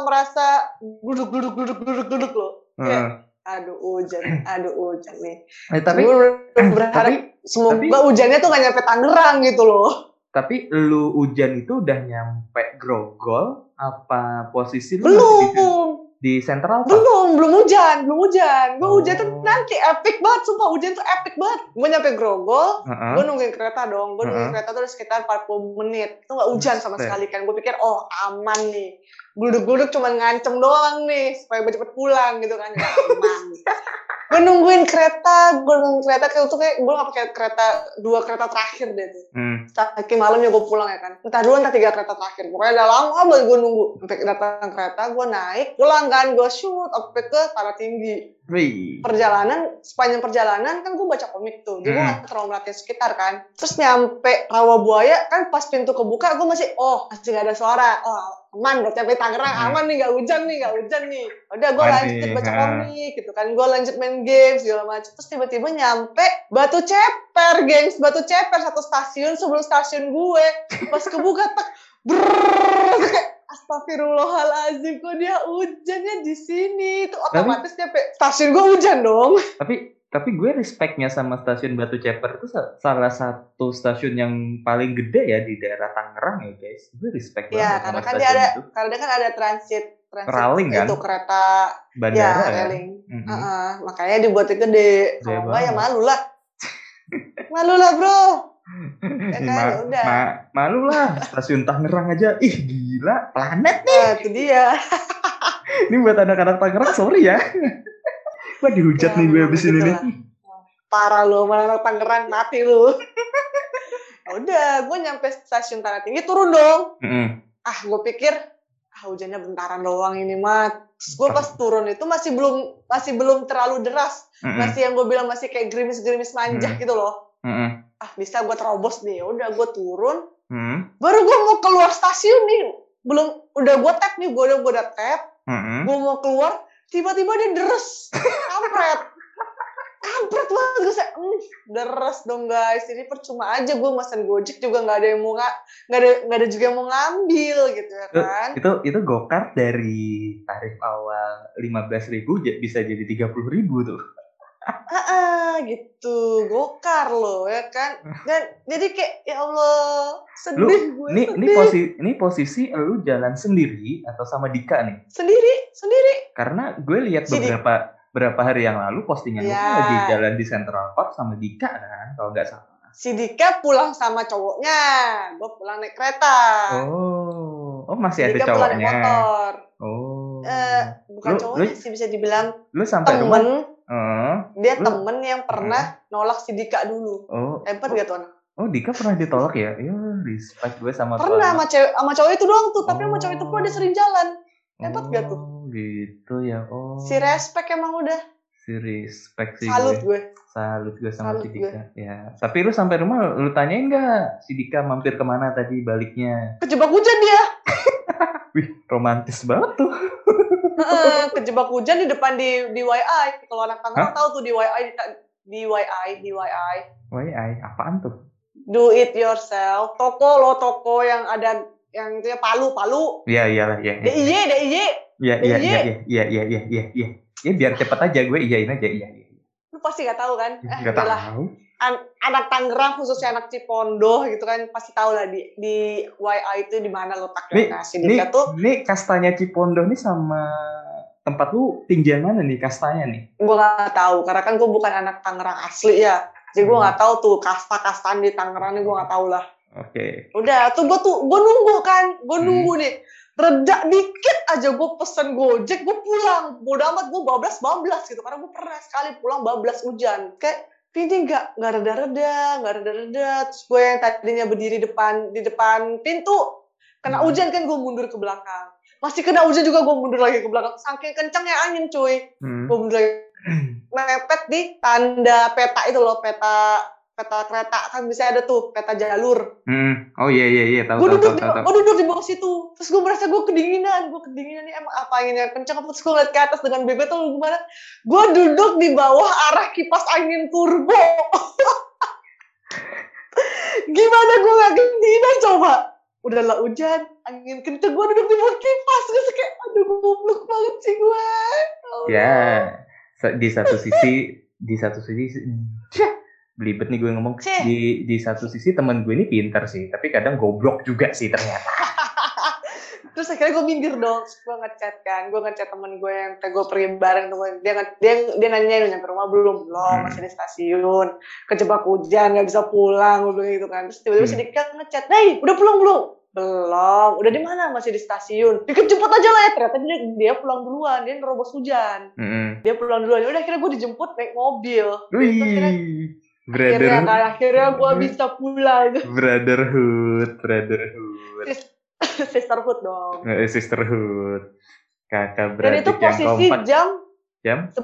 duduk loh. Aduh hujan nih.
Tapi
gue berharap semoga hujannya tuh gak nyampe Tangerang gitu loh.
Tapi lu hujan itu udah nyampe Grogol apa posisi lu
belum
di Di Central Park?
Belum hujan. Gue hujan tuh nanti epic banget, sumpah hujan tuh epic banget. Gue nyampe Grogol, gue nungguin kereta dong. Gue nungguin kereta tuh sekitar 40 menit. Itu gak hujan sama sekali kan. Gue pikir, oh aman nih. Gluduk-gluduk cuma ngancem doang nih, supaya gue cepet pulang gitu kan. Gak aman. Gue nungguin kereta kayak gue gak pakai dua kereta terakhir deh tuh. Saking malamnya gue pulang ya kan. Entah 2 entah 3 kereta terakhir. Pokoknya udah lama banget gue nunggu. Sampai datang kereta, gue naik, pulang kan, gue shoot sampai ke Tanah Tinggi. Sepanjang perjalanan kan gue baca komik tuh. Jadi gue gak terlalu merhatiin sekitar kan. Terus nyampe Rawabuaya kan pas pintu kebuka gue masih gak ada suara. Aman, udah sampai Tangerang, aman nih, gak hujan nih. Udah gue lanjut baca komik gitu kan. Gue lanjut main game segala macam. Terus tiba-tiba nyampe Batu Ceper, gengs. Batu Ceper, satu stasiun sebelum stasiun gue. Pas kebuka tak astagfirullahaladzim, kok dia hujannya di sini. Itu otomatis nyampe stasiun gue hujan dong.
Tapi gue respectnya sama stasiun Batu Ceper itu salah satu stasiun yang paling gede ya di daerah Tangerang ya guys. Gue respect banget sama stasiun itu.
Karena dia kan ada transit
Raling kan?
Itu kereta
bandara
ya. Raling. Makanya dibuatnya gede. Kalau enggak ya malu lah. Malu lah bro. Ya kan, udah.
Malu lah, stasiun Tangerang aja. Ih gila, planet nih.
Itu dia.
Ini buat anak-anak Tangerang, sorry ya. Wah dihujat nih gue abis ini nih.
Parah lu, anak Tangerang, mati lu. Udah, gue nyampe stasiun Tanah Tinggi, turun dong. Gue pikir, hujannya bentaran doang ini mah. Gue pas turun itu masih belum terlalu deras. Masih yang gue bilang masih kayak gerimis-gerimis manja gitu loh. Bisa gue terobos nih. Udah gue turun. Baru gue mau keluar stasiun nih. Udah gue tap nih, gue udah tap. Gue mau keluar, tiba-tiba dia deres. Kampret banget. Gue kayak, deres dong guys. Ini percuma aja gue mesen Gojek juga gak ada juga yang mau ngambil gitu ya kan.
Itu Gokart dari tarif awal 15.000 bisa jadi 30.000 tuh.
Gitu. Gokar loh ya kan. Dan jadi kayak ya Allah, sedih gue.
Ini posisi lu jalan sendiri atau sama Dika nih?
Sendiri.
Karena gue lihat beberapa hari yang lalu postingan lu lagi jalan di Central Park sama Dika kan, kalau nggak salah.
Si Dika pulang sama cowoknya, gue pulang naik kereta.
Oh masih ada cowoknya. Pulang naik motor.
Bukan cowoknya sih, bisa dibilang
lu sampai
temen. Dia temen yang pernah nolak si Dika dulu. Hebat gak tuh anak?
Dika pernah ditolak ya? Ya respect gue sama
pernah sama cowok itu doang tuh, tapi sama cowok itu pun dia sering jalan. Hebat gak tuh?
Gitu ya.
Si respect emang udah.
Si respect sih.
Salut gue
sama si Dika. Ya. Tapi lu sampai rumah lu tanyain nggak si Dika mampir kemana tadi baliknya?
Kejebak hujan dia.
Wih, romantis banget tuh.
Kejebak hujan di depan di YI. Kalau anak Tangerang tahu tuh di YI.
YI apaan tuh?
Do it yourself. Toko yang ada yang itu ya Palu.
Iya iyalah ya.
DIY.
Iya. Ya biar cepet aja gue iyain aja iya.
Lu pasti nggak tahu kan?
Nggak tahu.
Anak Tangerang khususnya anak Cipondoh gitu kan pasti tahu lah di YI itu di mana letaknya.
Nih kastanya Cipondoh nih sama tempat lu tinggian mana nih kastanya nih?
Gue nggak tahu karena kan gue bukan anak Tangerang asli ya. Jadi gue nggak tahu tuh kasta-kastaan di Tangerang nih, gue nggak tahu lah.
Oke.
Udah tuh gue nunggu nih. Reda dikit aja gue pesen Gojek, gue pulang. Bodo amat, gue bablas gitu. Karena gue pernah sekali pulang bablas hujan. Kayak ini nggak reda-reda. Terus gue yang tadinya berdiri di depan pintu, kena hujan kan gue mundur ke belakang. Masih kena hujan juga gue mundur lagi ke belakang. Saking kencangnya angin cuy. Gue mundur lagi. Mepet di tanda peta itu loh, peta kereta kan bisa ada tuh peta jalur.
Oh iya tahu.
Gue duduk di bawah situ. Terus gue merasa gue kedinginan nih, emang apa anginnya kencang. Terus gue ngeliat ke atas dengan bebek tuh gimana? Gue duduk di bawah arah kipas angin turbo. Gimana gue gak kedinginan coba? Udahlah hujan, angin kencang, gue duduk di bawah kipas. Gue kayak aduh goblok banget sih gue.
Ya, di satu sisi belibet nih gue ngomong. Di satu sisi teman gue ini pintar sih, tapi kadang goblok juga sih ternyata.
Terus akhirnya gue minggir dong, gue ngechat temen gue yang kayak gue pergi bareng tuh, dia nanya udah nyampe rumah belum, masih di stasiun, kejebak hujan nggak bisa pulang, gue bilang gitu kan. Terus tiba-tiba si Dika ngechat, "Hey, udah pulang belum?" "Belum." "Udah di mana?" "Masih di stasiun." "Jemput aja lah ya." Ternyata dia pulang duluan, dia nerobos hujan. Dia pulang duluan. Udah akhirnya gue dijemput naik mobil.
Wih.
Akhirnya gue bisa pulang.
Brotherhood.
Sisterhood dong.
Sisterhood. Kakak
beradik. Dan itu posisi jam 11.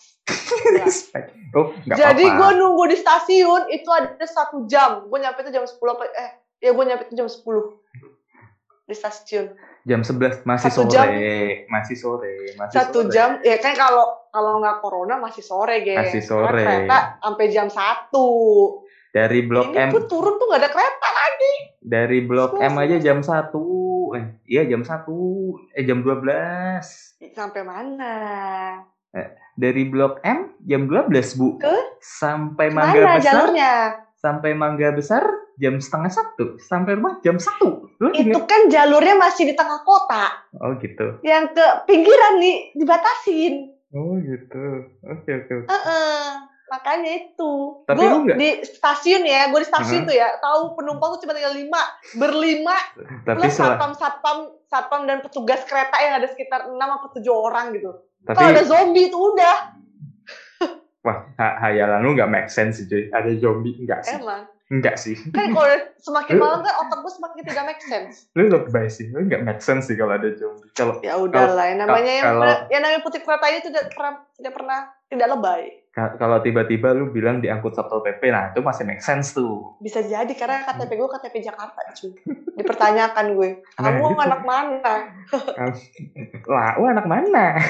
Oh,
jadi gue nunggu di stasiun itu ada 1 jam. Gue nyampe itu jam 10 gue nyampe itu jam 10 di stasiun.
Jam 11 masih sore. Masih
1 jam. Ya kan kalau nggak corona masih sore, guys.
Masih sore.
Karena kereta sampai jam 1.
Dari Blok M.
Ini gue turun tuh nggak ada kereta lagi.
Dari Blok M aja jam 1. Jam 1. Jam 12.
Sampai mana?
Dari Blok M jam 12, Bu. Sampai
Mangga Besar. Jalurnya?
Sampai Mangga Besar jam 12:30. Sampai rumah jam 1.
Itu kan jalurnya masih di tengah kota.
Oh gitu.
Yang ke pinggiran nih dibatasin.
Oh gitu. Oke.
Makanya itu.
Tapi
gue di stasiun tuh ya, tahu penumpang tuh cuma tinggal 5, berlima. Tapi plus satpam dan petugas kereta yang ada sekitar 6 atau 7 orang gitu. Kalau ada zombie itu udah.
Wah, hayalan lu nggak make sense sih, cuy. Ada zombie enggak sih?
Emang?
Enggak sih.
Kan kalau semakin malam kan otak gue semakin tidak make sense.
Lu lebay sih, lu nggak make sense sih kalau ada zombie.
Ya udahlah, yang namanya putih kereta ini tidak pernah tidak lebay.
Kalau tiba-tiba lu bilang diangkut Satpol PP, nah itu masih make sense tuh.
Bisa jadi karena KTP gue KTP Jakarta, cuy. Dipertanyakan gue, kamu anak mana?
Lah, anak mana?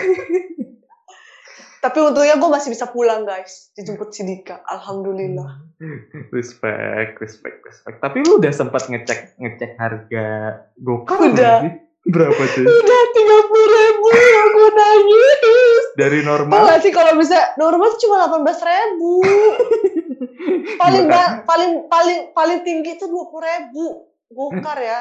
Tapi untungnya gue masih bisa pulang, guys. Dijemput si Dika, alhamdulillah.
Respect. Tapi lu udah sempat ngecek harga Gokar?
Udah.
Berapa tuh?
Udah 30.000, aku nangis.
Dari normal?
Tau gak sih kalau bisa normal cuma 18.000. paling tinggi itu 20.000 Gokar ya.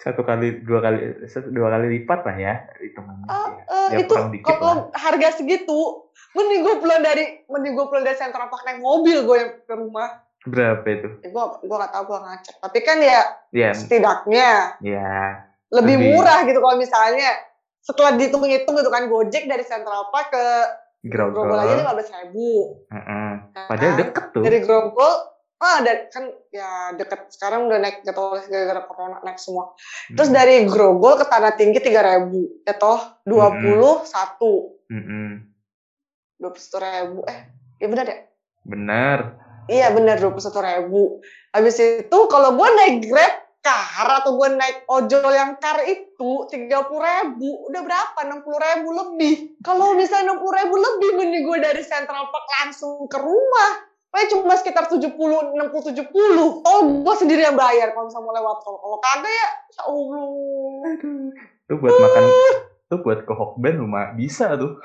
dua kali lipat lah ya hitungannya.
Itu kalau harga segitu, mending gue pulang dari Central Park naik mobil gue yang ke rumah.
Berapa itu?
Gue nggak tahu, gue ngecek. Tapi kan ya setidaknya lebih murah gitu kalau misalnya setelah dihitung-hitung gitu kan, Gojek dari Central Park ke Grogol aja 15.000.
Padahal deket tuh.
Dari Grogol kan ya deket, sekarang udah naik jatuh gara-gara corona naik semua. Terus dari Grogol ke Tanah Tinggi 3.000 jatuh 21. 21.000 ya benar ya?
Benar.
Iya benar 21.000. Habis itu kalau gue naik Grab Car atau gue naik ojol yang car itu 30.000, udah berapa? 60.000 lebih. Kalau misalnya 60.000 lebih, mending gue dari Central Park langsung ke rumah. Cuma sekitar 60-70. Oh, gue sendiri yang bayar kalau misalnya mau lewat tol. Kalau kagak ya, ya Allah.
Tuh buat makan, tuh buat ke Hokben rumah bisa tuh.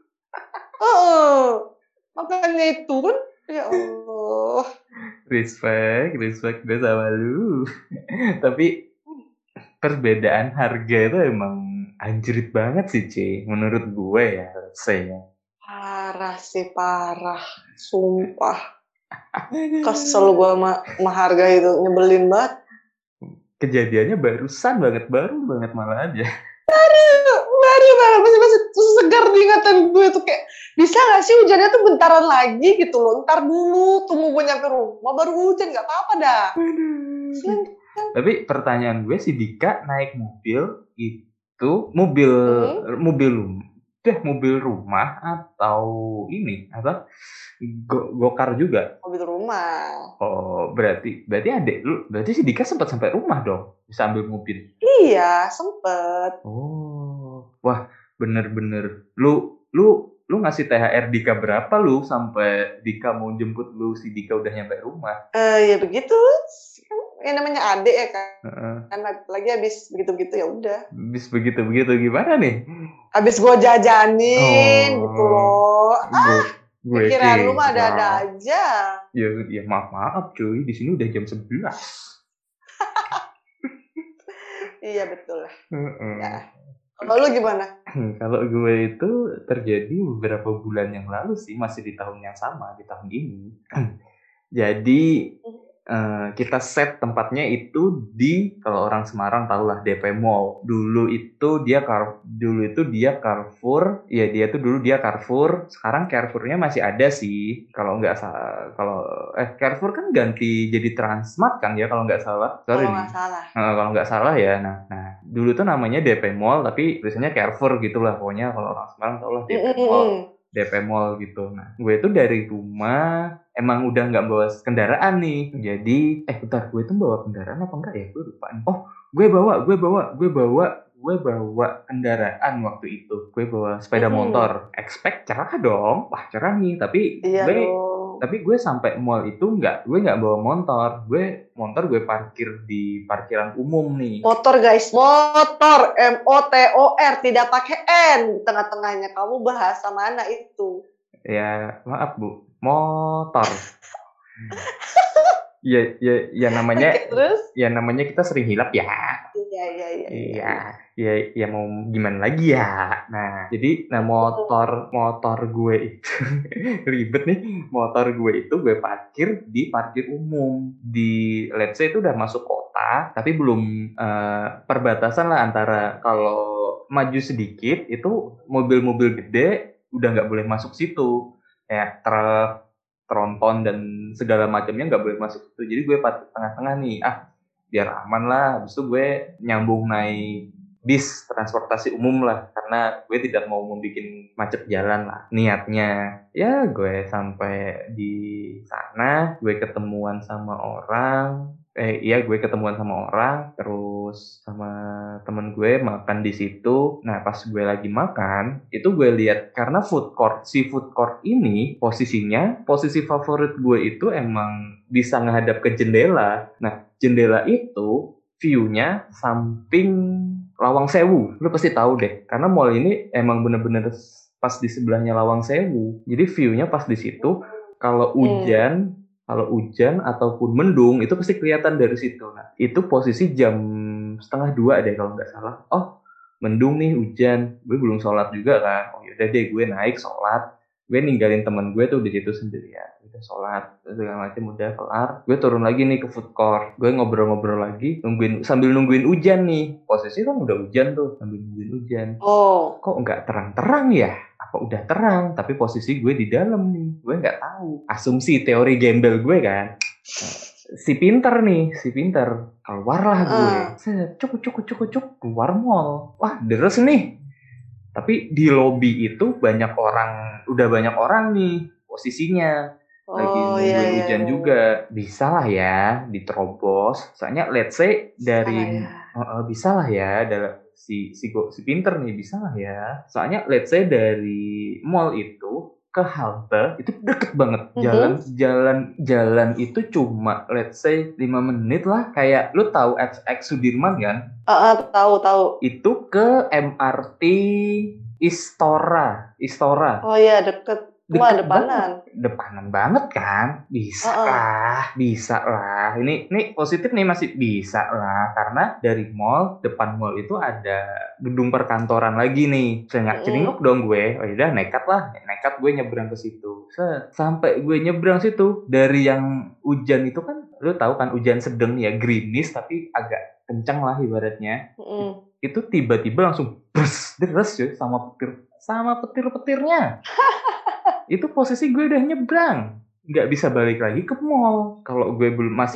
Makanya itu kan, ya Allah.
Respect deh sama lu. Tapi perbedaan harga itu emang anjrit banget sih, C. Menurut gue ya, saya.
Parah. Sumpah. Kesel gue sama harga itu, nyebelin banget.
Kejadiannya baru banget malah aja.
Baru banget, masih segar diingatan gue tuh, kayak bisa gak sih hujannya tuh bentaran lagi gitu loh, ntar dulu tunggu gue nyampe rumah baru hujan, gak apa-apa dah.
Tapi pertanyaan gue, si Dika naik mobil itu mobil rumah atau ini apa Gokar juga?
Mobil rumah.
Oh, berarti si Dika sempat sampai rumah dong, bisa ambil mobil.
Iya, sempet.
Oh, wah, bener-bener. Lu ngasih THR Dika berapa lu sampai Dika mau jemput lu, si Dika udah nyampe rumah?
Ya begitu. Yang namanya adik ya kan. Kan lagi habis begitu-begitu ya udah.
Habis begitu gimana nih?
Habis gue jajanin gitu loh. Pikiran lu mah ada aja.
Ya maaf cuy, di sini udah jam 11.
Iya betul. Ya. Kalau lu gimana?
Kalau gue itu terjadi beberapa bulan yang lalu sih, masih di tahun yang sama, di tahun ini. Jadi kita set tempatnya itu di, kalau orang Semarang tahulah, DP Mall. Dulu itu dia Carrefour. Ya dia tuh dulu dia Carrefour. Sekarang Carrefour-nya masih ada sih. Kalau nggak salah, Carrefour kan ganti jadi Transmart kan ya, kalau nggak salah.
Kalau nggak salah.
Kalau nggak salah ya. Nah, dulu tuh namanya DP Mall, tapi biasanya Carrefour gitulah. Pokoknya kalau orang Semarang tahulah DP Mall. DP Mall gitu. Nah, gue tuh dari rumah emang udah nggak bawa kendaraan nih. Jadi, bentar, gue tuh bawa kendaraan apa enggak ya? Gue lupa nih. Oh, gue bawa kendaraan waktu itu. Gue bawa sepeda motor. Expect cerah dong. Wah, cerah nih. Tapi gue sampai mall itu gue nggak bawa motor. Motor gue parkir di parkiran umum nih.
Motor guys, motor, MOTOR, tidak pakai N tengah-tengahnya. Kamu bahasa mana itu?
Ya, maaf Bu, motor. Ya namanya. Terus? Ya namanya kita sering hilap ya. Iya, mau gimana lagi ya. Nah, jadi motor gue itu ribet nih. Motor gue itu gue parkir di parkir umum di, let's say itu udah masuk kota, tapi belum perbatasan lah antara, kalau maju sedikit itu mobil-mobil gede udah nggak boleh masuk situ, kayak truk, tronton dan segala macamnya nggak boleh masuk situ. Jadi gue parkir tengah-tengah nih, biar aman lah. Habis itu gue nyambung naik bis transportasi umum lah, karena gue tidak mau membuat macet jalan lah niatnya. Ya gue sampai di sana, gue ketemuan sama orang, terus sama temen gue makan di situ. Nah, pas gue lagi makan, itu gue lihat, karena food court ini posisi favorit gue itu emang bisa menghadap ke jendela. Nah, jendela itu view-nya samping Lawang Sewu. Lu pasti tahu deh, karena mall ini emang bener-bener pas di sebelahnya Lawang Sewu. Jadi view-nya pas di situ. Kalau hujan ataupun mendung itu pasti kelihatan dari situ. Nah, itu posisi jam 1:30 deh kalau nggak salah. Oh, mendung nih, hujan. Gue belum sholat juga kan. Oh yaudah deh, gue naik sholat. Gue ninggalin teman gue tuh di situ sendirian. Udah sholat, segala macam udah kelar. Gue turun lagi nih ke food court. Gue ngobrol-ngobrol lagi, sambil nungguin hujan nih. Posisi kan udah hujan tuh, sambil nungguin hujan.
Oh,
kok nggak terang-terang ya? Apa udah terang? Tapi posisi gue di dalam nih, gue nggak tahu. Asumsi teori gembel gue kan. Si pinter keluarlah gue. Cuk keluar mall. Wah, deres nih. Tapi di lobi itu udah banyak orang nih posisinya. Lagi nungguin hujan juga. Bisa lah ya diterobos. Soalnya let's say dari bisa lah ya, si pinter nih, bisa lah ya. Soalnya let's say dari mall itu ke halte itu deket banget. Jalan itu cuma let's say 5 menit lah. Kayak lu tahu FX Sudirman kan?
Tahu.
Itu ke MRT Istora.
Oh iya, deket
depanan banget kan? Bisa lah. Ini positif nih, masih bisa lah, karena dari depan mall itu ada gedung perkantoran lagi nih. Celingak dong gue. Oh udah, nekat gue nyebrang ke situ. Sampai gue nyebrang situ, dari yang hujan itu kan, lu tahu kan hujan sedang ya, gerimis tapi agak kencang lah ibaratnya. Itu tiba-tiba langsung deres ya, sama petir-petirnya. Itu posisi gue udah nyebrang, nggak bisa balik lagi ke mall. Kalau gue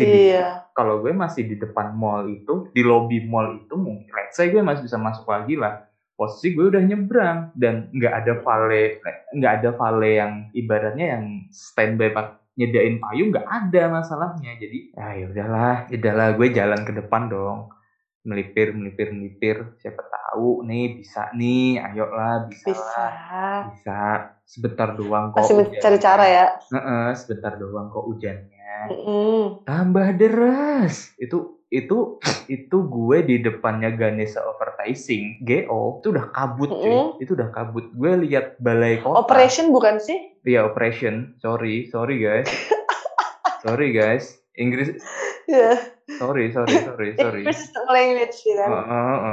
masih di depan mall itu, di lobi mall itu, mungkin let's say gue masih bisa masuk lagi lah. Posisi gue udah nyebrang, dan nggak ada vale yang ibaratnya yang standby nyediain payung, nggak ada masalahnya. Jadi ya udahlah, gue jalan ke depan dong, melipir, siapa tahu nih bisa nih, ayolah, bisa. Sebentar doang kok.
Masih mencari cara ya.
Sebentar doang kok hujannya. Tambah deras. Itu gue di depannya Ganesha Advertising, GO, itu udah kabut cuy. Itu udah kabut. Gue lihat balai kota.
Operation bukan sih?
Iya, Operation. Sorry guys. Inggris.
Yeah.
Sorry.
Persistent language gitu kan.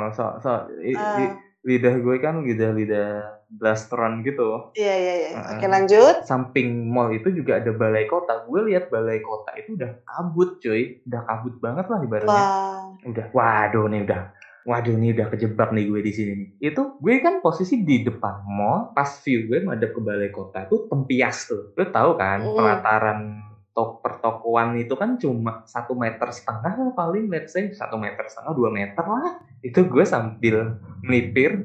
Lidah gue kan lidah blasteran gitu.
Iya. Oke, lanjut.
Samping mall itu juga ada balai kota. Gue lihat balai kota itu udah kabut, cuy. Udah kabut banget lah ibaratnya. Waduh nih udah kejebak nih gue di sini nih. Itu gue kan posisi di depan mall, pas view gue madep ke balai kota itu tempias tuh. Lo tahu kan pelataran pertokoan itu kan cuma 1,5 meter paling, let's say 1,5 meter, 2 meter lah. Itu gue sambil melipir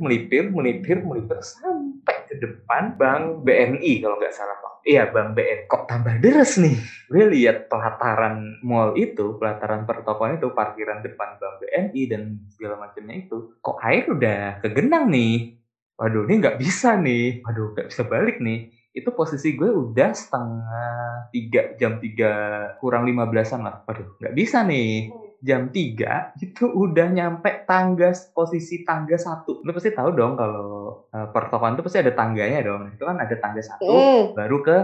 sampai ke depan Bank BNI kalau nggak salah. Iya, Bank BNI. Kok tambah deres nih? Gue lihat pelataran mall itu, pelataran pertokoan itu, parkiran depan Bank BNI dan segala macamnya itu. Kok air udah kegenang nih? Waduh, ini nggak bisa nih. Waduh, nggak bisa balik nih. Itu posisi gue udah jam 3 kurang 15-an lah. Waduh, nggak bisa nih. Jam 3 itu udah nyampe posisi tangga 1. Lu pasti tahu dong kalau pertokoan itu pasti ada tangganya dong. Itu kan ada tangga 1, baru ke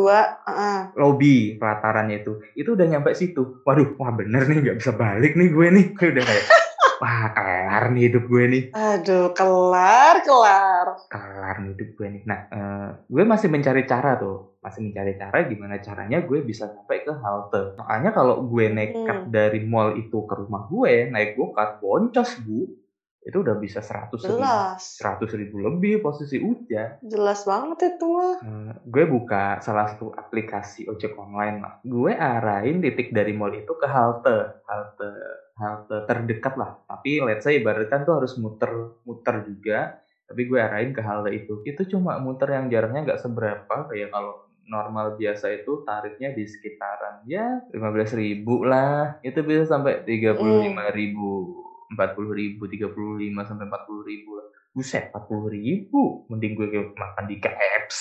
2 lobby pelatarannya itu. Itu udah nyampe situ. Waduh, bener nih nggak bisa balik nih gue nih. Udah kayak wah, kelar nih hidup gue nih.
Aduh, kelar
nih hidup gue nih. Nah, gue masih mencari cara gimana caranya gue bisa sampai ke halte. Soalnya kalau gue nekat dari mall itu ke rumah gue, naik gokart, boncos, Bu. Itu udah bisa 100 ribu lebih posisi hujan.
Jelas banget itu mah.
Gue buka salah satu aplikasi ojek online lah. Gue arahin titik dari mall itu ke halte terdekat lah. Tapi let's say ibaratkan tuh harus muter juga. Tapi gue arahin ke halte itu. Itu cuma muter yang jaraknya nggak seberapa. Kayak kalau normal biasa itu tarifnya di sekitaran ya 15.000 lah. Itu bisa sampai 35.000. 40.000, 35 sampai 40.000 lah. Buset, 40.000. Mending gue makan di KFC.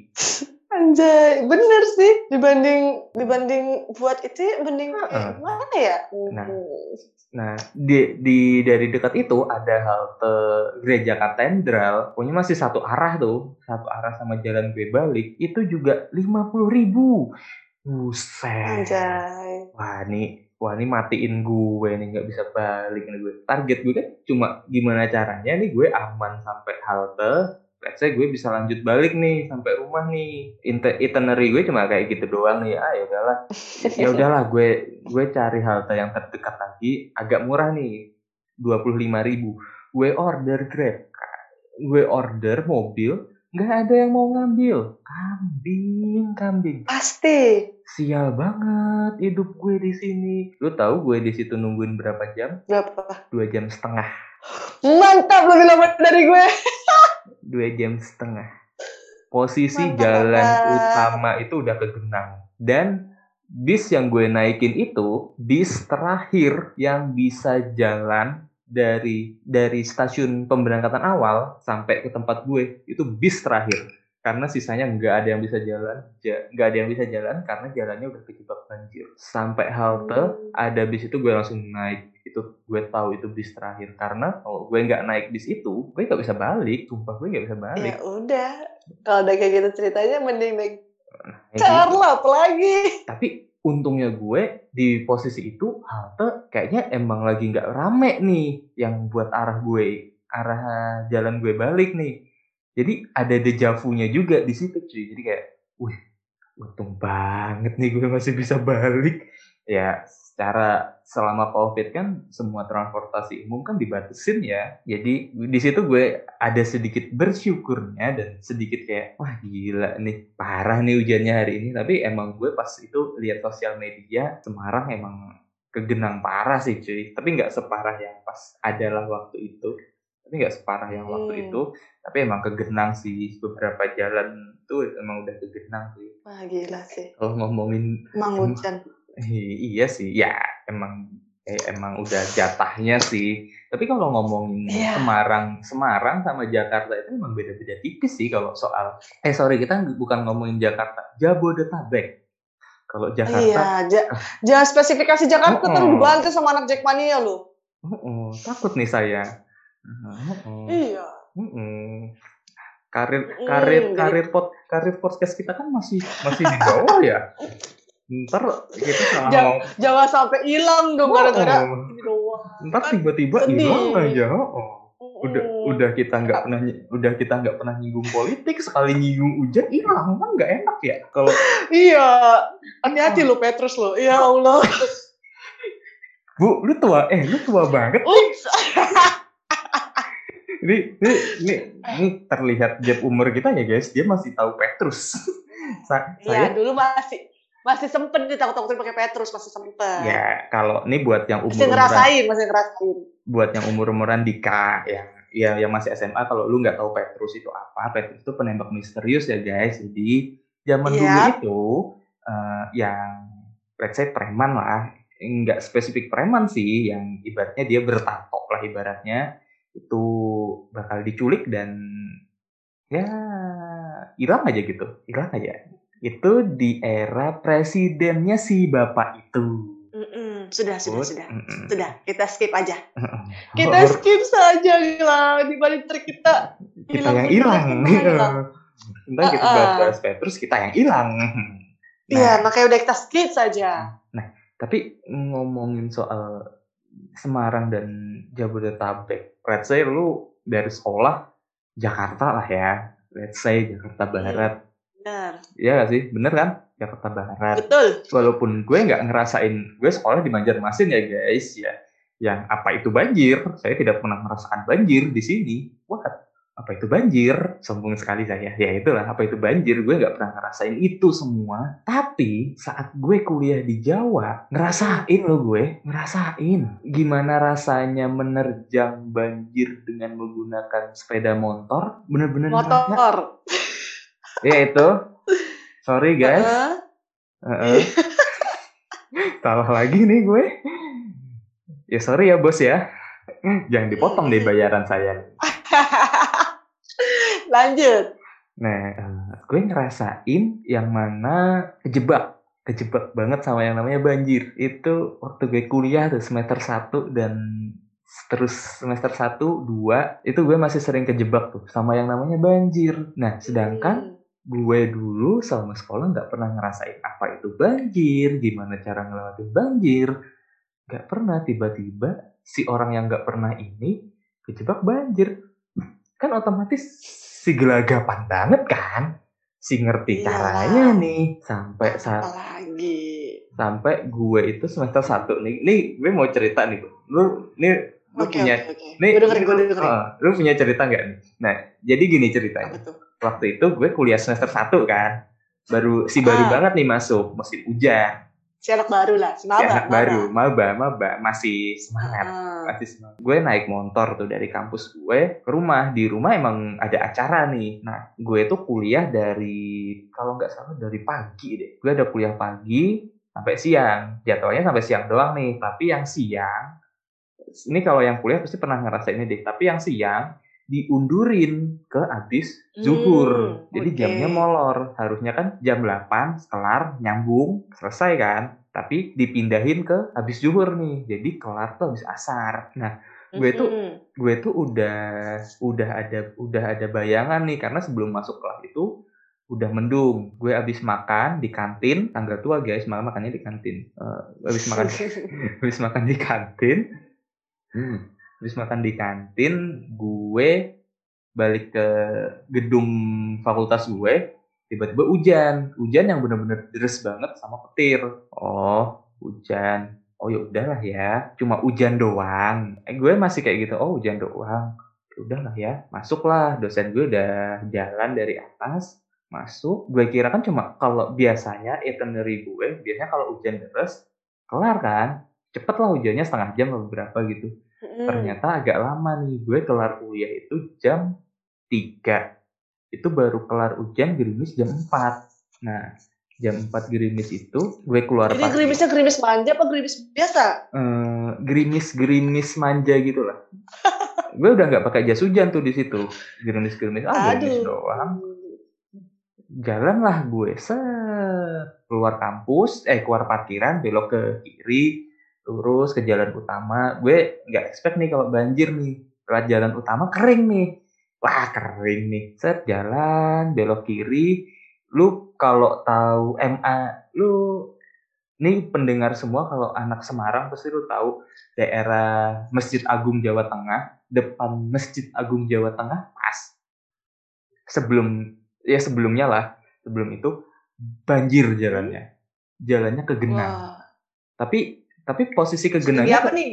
Anjay, bener sih. Dibanding buat itu, mending mana ya?
Nah, dari dekat itu ada halte Gereja Katedral. Pokoknya masih satu arah tuh. Satu arah sama jalan gue balik. Itu juga 50.000. Buset.
Anjay.
Wah ini matiin gue nih, nggak bisa balik nih gue. Target gue kan cuma gimana caranya nih gue aman sampai halte. Let's say gue bisa lanjut balik nih sampai rumah nih. Itinerary gue cuma kayak gitu doang nih. Ya udahlah gue cari halte yang terdekat lagi, agak murah nih, 25.000. Gue order Grab. Gue order mobil, nggak ada yang mau ngambil. Kambing.
Pasti.
Sial banget hidup gue di sini. Lu tahu gue di situ nungguin berapa jam?
Berapa?
2 jam setengah.
Mantap, lebih lama dari gue.
2 jam setengah. Posisi jalan utama itu udah kegenang. Dan bis yang gue naikin itu bis terakhir yang bisa jalan dari stasiun pemberangkatan awal sampai ke tempat gue, itu bis terakhir. Karena sisanya nggak ada yang bisa jalan karena jalannya udah kejebak banjir. Sampai halte ada bis itu gue langsung naik. Itu gue tahu itu bis terakhir, karena kalau gue nggak naik bis itu gue nggak bisa balik. Sumpah gue nggak bisa balik.
Ya udah, kalau udah kayak gitu ceritanya mending naik Carla apalagi.
Tapi untungnya gue di posisi itu halte kayaknya emang lagi nggak rame nih yang buat arah jalan gue balik nih. Jadi ada dejavunya juga di situ cuy. Jadi kayak, wih, untung banget nih gue masih bisa balik. Ya, secara selama COVID kan semua transportasi umum kan dibatasin ya. Jadi di situ gue ada sedikit bersyukurnya dan sedikit kayak, wah gila nih, parah nih hujannya hari ini. Tapi emang gue pas itu lihat sosial media, Semarang emang kegenang parah sih cuy. Tapi nggak separah yang pas adalah waktu itu. Tapi emang kegenang sih, beberapa jalan tuh emang udah kegenang sih.
Wah gila sih.
Kalau ngomongin
emang hujan.
Iya sih, ya emang udah jatahnya sih. Tapi kalau ngomongin Semarang sama Jakarta itu emang beda-beda tipis sih kalau soal. Kita bukan ngomongin Jakarta, Jabodetabek. Kalau Jakarta.
Iya, jangan spesifikasi Jakarta terus dibantu sama anak Jackmania lo.
Takut nih saya.
Iya.
Karir podcast kita kan masih di bawah ya. Ntar kita salah ngomong.
Jangan sampai hilang dong gara-gara ini doang.
Ntar tiba-tiba hilang aja. Udah kita nggak pernah nyinggung politik, sekali nyinggung hujan hilang, kan nggak enak ya kalau.
Iya, hati-hati lo Petrus lo, ya Allah.
Bu, lu tua banget. Ini terlihat gap umur kita ya guys, dia masih tahu Petrus.
Iya, dulu masih sempet ditakut-takutin pakai Petrus, masih sempet.
Ya, kalau ini buat yang
masih ngerasain.
Buat yang umur-umuran Dika, yang masih SMA, kalau lu nggak tahu Petrus itu apa, Petrus itu penembak misterius ya guys. Jadi zaman dulu itu yang let's say preman lah, nggak spesifik preman sih, yang ibaratnya dia bertato lah ibaratnya, itu bakal diculik dan ya hilang aja. Itu di era presidennya si bapak itu.
Sudah. Kita skip aja. Kita skip saja lah, dibalik trik kita
yang hilang. Entah kita bahas Petrus, kita yang hilang.
Iya, makanya udah kita skip saja.
Nah, tapi ngomongin soal Semarang dan Jabodetabek, let's say lu dari sekolah Jakarta lah ya, let's say Jakarta Barat.
Benar.
Iya gak sih? Bener kan? Jakarta Barat.
Betul.
Walaupun gue nggak ngerasain, gue sekolah di Banjarmasin ya guys ya. Yang apa itu banjir? Saya tidak pernah merasakan banjir di sini. Wah, apa itu banjir? Sombong sekali saya. Ya itulah, apa itu banjir? Gue nggak pernah ngerasain itu semua. Tapi saat gue kuliah di Jawa, ngerasain gimana rasanya menerjang banjir dengan menggunakan sepeda motor. Bener-bener
motor.
Ya itu. Sorry guys. Salah lagi nih gue. Ya sorry ya bos ya. Jangan dipotong deh bayaran saya.
Lanjut.
Nah, gue ngerasain yang mana kejebak banget sama yang namanya banjir. Itu waktu gue kuliah tuh semester 1 dan terus semester 1, 2 itu gue masih sering kejebak tuh sama yang namanya banjir. Nah, sedangkan gue dulu sama sekolah nggak pernah ngerasain apa itu banjir, gimana cara ngelewatin banjir. Nggak pernah. Tiba-tiba si orang yang nggak pernah ini kejebak banjir. Kan otomatis si gelagapan banget kan, si ngerti caranya nih. Sampai gue itu semester 1 nih gue mau cerita nih. Lu punya lu punya cerita nggak nih? Nah, jadi gini ceritanya. Waktu itu gue kuliah semester 1 kan, baru banget nih masuk musim hujan.
Si anak baru lah,
maba, masih semangat. Gue naik motor tuh dari kampus gue ke rumah. Di rumah emang ada acara nih. Nah, gue tuh kuliah kalau nggak salah dari pagi deh. Gue ada kuliah pagi sampai siang. Jadwalnya sampai siang doang nih. Tapi yang siang, ini kalau yang kuliah pasti pernah ngerasain ini deh. Tapi yang siang diundurin ke habis zuhur. Jadi jamnya molor. Harusnya kan jam 8 kelar, nyambung, selesai kan. Tapi dipindahin ke habis zuhur nih. Jadi kelar tuh habis asar. Nah, gue tuh udah ada bayangan nih, karena sebelum masuk kelas itu udah mendung. Gue habis makan di kantin, tangga tua guys, malah makannya di kantin. Habis makan di kantin. Habis makan di kantin, gue balik ke gedung fakultas gue, tiba-tiba hujan yang benar-benar deres banget sama petir. Hujan. Ya udahlah ya, cuma hujan doang. Gue masih kayak gitu, hujan doang. Udahlah ya, masuklah. Dosen gue udah jalan dari atas, masuk. Gue kira kan cuma, kalau biasanya itinerary gue, biasanya kalau hujan deres, kelar kan, cepet lah hujannya, setengah jam atau berapa gitu. Ternyata agak lama nih. Gue kelar kuliah itu jam 3. Itu baru kelar hujan gerimis jam 4. Nah, jam 4 gerimis itu gue keluar pagi.
Ini gerimisnya gerimis manja apa gerimis biasa?
Gerimis manja gitu lah. Gue udah nggak pakai jas hujan tuh di situ. Gerimis gerimis doang. Jalan lah gue keluar kampus, keluar parkiran, belok ke kiri, lurus ke jalan utama. Gue nggak expect nih kalau banjir nih. Lewat jalan utama kering nih. Wah, kering nih. Set jalan, belok kiri. Lu kalau tahu MA, lu Nih pendengar semua, kalau anak Semarang pasti lu tahu daerah Masjid Agung Jawa Tengah, depan Masjid Agung Jawa Tengah pas sebelumnya lah, sebelum itu banjir jalannya. Jalannya ke genang.
Wah.
Tapi posisi ke
Setinggi
genangnya
apa nih?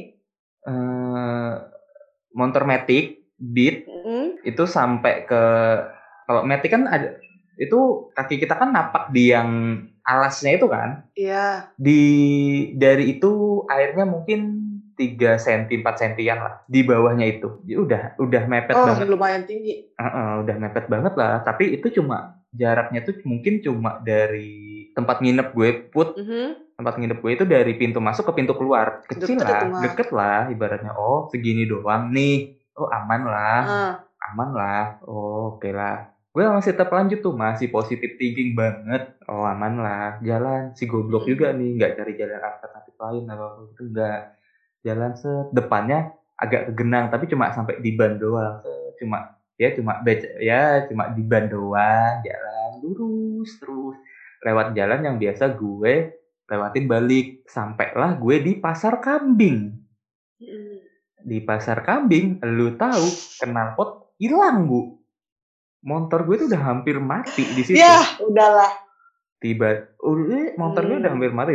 Motor Matic Beat itu sampai ke, kalau Matic kan ada itu kaki kita kan napak di yang alasnya itu kan.
Iya.
Dari itu airnya mungkin 3 cm 4 cm lah di bawahnya itu. Ya udah mepet banget.
Lumayan tinggi.
Udah mepet banget lah, tapi itu cuma jaraknya tuh mungkin cuma dari tempat nginep gue tempat nginep gue itu dari pintu masuk ke pintu keluar. Kecil lah, deket lah ibaratnya. Oh, segini doang nih. Oh, aman lah. Oh, oke lah. Gue masih tetap lanjut tuh, masih positive thinking banget. Oh, aman lah. Jalan, si goblok juga nih, nggak cari jalan alternatif lain apa itu, nggak. Jalan depannya agak ke genang, tapi cuma sampai di ban doang. Cuma di ban doang, jalan lurus terus lewat jalan yang biasa gue lewatin balik. Sampailah gue di Pasar Kambing. Di Pasar Kambing, lu tahu knalpot hilang, Bu. Motor gue tuh udah hampir mati di situ.
Ya, udahlah.
Motor gue udah hampir mati.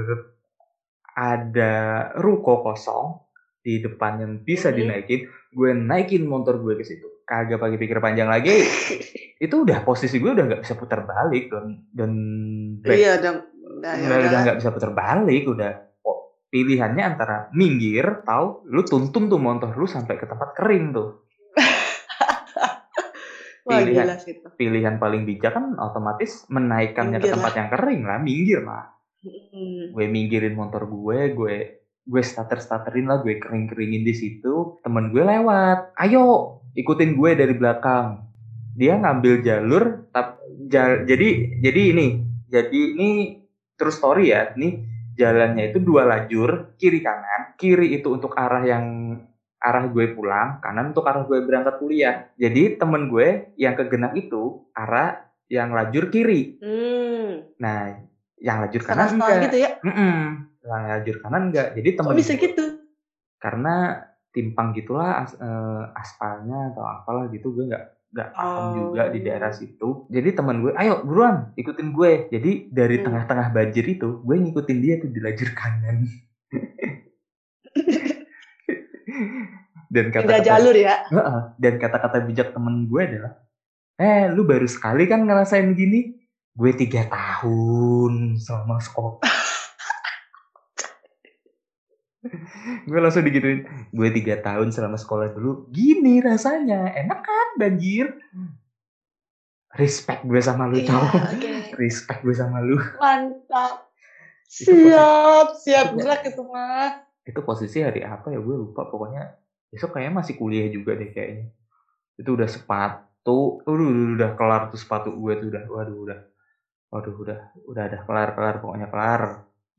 Ada ruko kosong di depan yang bisa dinaikin. Gue naikin motor gue ke situ. Kagak pakai pikir panjang lagi. Itu udah posisi gue udah nggak bisa putar balik dan
iya,
udah nggak bisa putar balik. Udah pilihannya antara minggir atau lu tuntun tuh motor lu sampai ke tempat kering tuh. Pilihan paling bijak kan otomatis menaikkannya ke tempat yang kering lah, minggir lah. Gue minggirin motor gue starterin lah, gue kering-keringin di situ. Temen gue lewat, ayo ikutin gue dari belakang. Dia ngambil jalur, jadi ini true story ya. Nih jalannya itu 2 lajur, kiri kanan. Kiri itu untuk arah gue pulang, kanan untuk arah gue berangkat kuliah. Jadi temen gue yang ke Genang itu arah yang lajur kiri. Nah, yang lajur kanan enggak. Gitu ya? Yang lajur kanan enggak. Jadi temen
bisa gitu?
Karena timpang gitulah aspalnya atau apalah gitu, gue nggak paham juga di daerah situ. Jadi teman gue, ayo buruan ikutin gue. Jadi dari tengah-tengah banjir itu, gue ngikutin dia tuh di lajur kanan. Dan kata-kata jalur ya. Dan kata-kata bijak temen gue adalah, lu baru sekali kan ngerasain gini? Gue 3 tahun selama sekolah. Gue langsung digituin, gue 3 tahun selama sekolah dulu gini rasanya, enak kan banjir. Respect gue sama lu, cowok. Respect gue sama lu.
Mantap. Siap gerak itu mah.
Itu posisi hari apa ya, gue lupa. Pokoknya besok kayaknya masih kuliah juga deh kayaknya. Itu udah sepatu, udah kelar tuh sepatu gue tuh udah, udah kelar pokoknya kelar.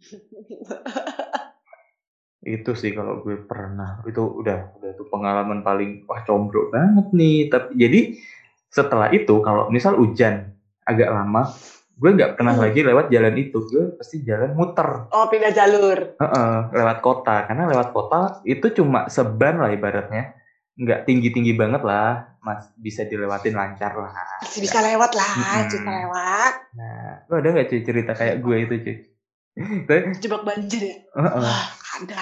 Itu sih kalau gue pernah, itu udah tuh pengalaman paling combro banget nih. Tapi jadi setelah itu kalau misal hujan agak lama, gue nggak pernah lagi lewat jalan itu. Gue pasti jalan muter.
Oh, pindah jalur.
Lewat kota, karena lewat kota itu cuma seban lah ibaratnya, nggak tinggi banget lah, bisa dilewatin lancar lah.
Masih bisa lewat lah, bisa lewat.
Nah, lo ada nggak cuy cerita kayak gue itu cuy?
Jebak banjir ya? Ada.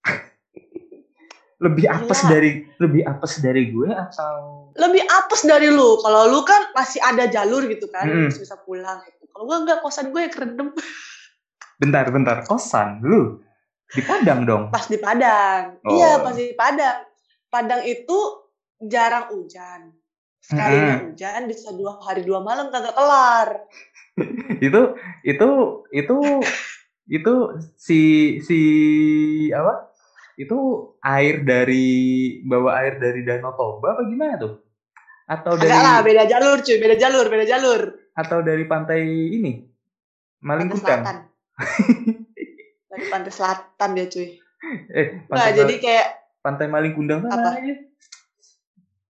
Lebih apes dari gue atau?
Lebih apes dari lu. Kalau lu kan masih ada jalur gitu kan, masih bisa pulang. Kalau gue enggak, kosan gue yang kerendam.
Bentar, kosan lu di Padang dong?
Pas di Padang. Iya, pas di Padang. Padang itu jarang hujan. Sekalinya hujan bisa 2 hari 2 malam kagak kelar. itu si apa? Itu bawa air dari Danau Toba apa gimana tuh? Atau dari beda jalur cuy, beda jalur.
Atau dari pantai ini? Malingkundang.
Dari pantai selatan dia cuy.
Pantai
jadi kayak
pantai Malingkundang apa?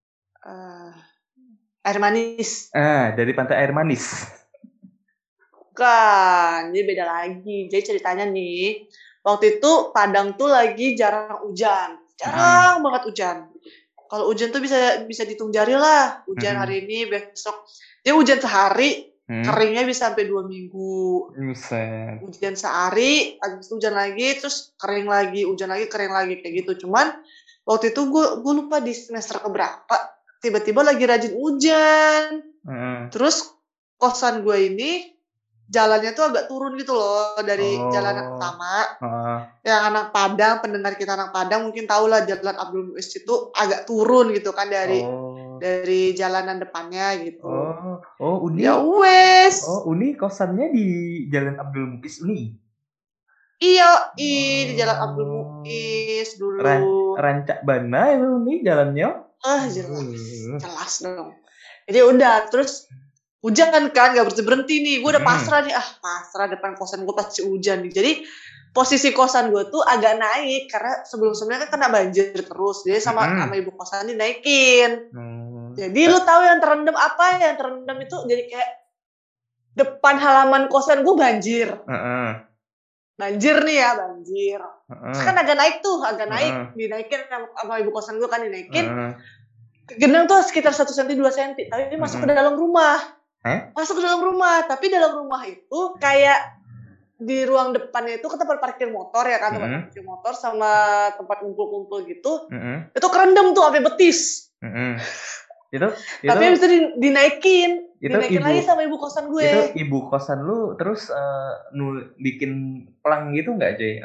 Air manis.
Dari pantai Air Manis.
Bukan, jadi beda lagi. Jadi ceritanya nih, waktu itu Padang tuh lagi jarang hujan. Jarang banget hujan. Kalau hujan tuh bisa dihitung jari lah. Hujan hari ini, besok. Dia hujan sehari, keringnya bisa sampai 2 minggu. Hujan sehari, habis itu hujan lagi, terus kering lagi, hujan lagi, kering lagi, kayak gitu. Cuman waktu itu gue lupa di semester keberapa, tiba-tiba lagi rajin hujan. Terus kosan gue ini jalannya tuh agak turun gitu loh dari jalan utama. Yang anak Padang, pendengar kita anak Padang mungkin tahu lah jalan Abdul Muiz itu agak turun gitu kan dari jalanan depannya gitu.
Uni.
Ya wes.
Uni kosannya di Jalan Abdul Muiz Uni.
Iya, di Jalan Abdul Muiz dulu.
Rancak Bana itu Uni jalannya.
Jelas dong. Jadi udah, terus hujan kan, gak berhenti nih. Gue udah pasrah nih, pasrah depan kosan gue pasti hujan nih. Jadi posisi kosan gue tuh agak naik karena sebelum-sebelumnya kan kena banjir terus. Jadi sama ibu kosan dinaikin. Jadi lu tahu yang terendam apa? Yang terendam itu jadi kayak depan halaman kosan gue banjir. Banjir nih ya, banjir. Terus kan agak naik tuh, dinaikin sama ibu kosan gue kan dinaikin. Genang tuh sekitar 1 cm 2 cm, tapi dia masuk ke dalam rumah. Masuk ke dalam rumah, tapi dalam rumah itu kayak di ruang depannya itu ke tempat parkir motor ya kan, tempat parkir motor sama tempat kumpul-kumpul gitu. Itu kerendam tuh sampai betis. Tapi habis itu dinaikin lagi sama ibu kosan gue.
Itu ibu kosan lu terus bikin pelang gitu nggak, Jay?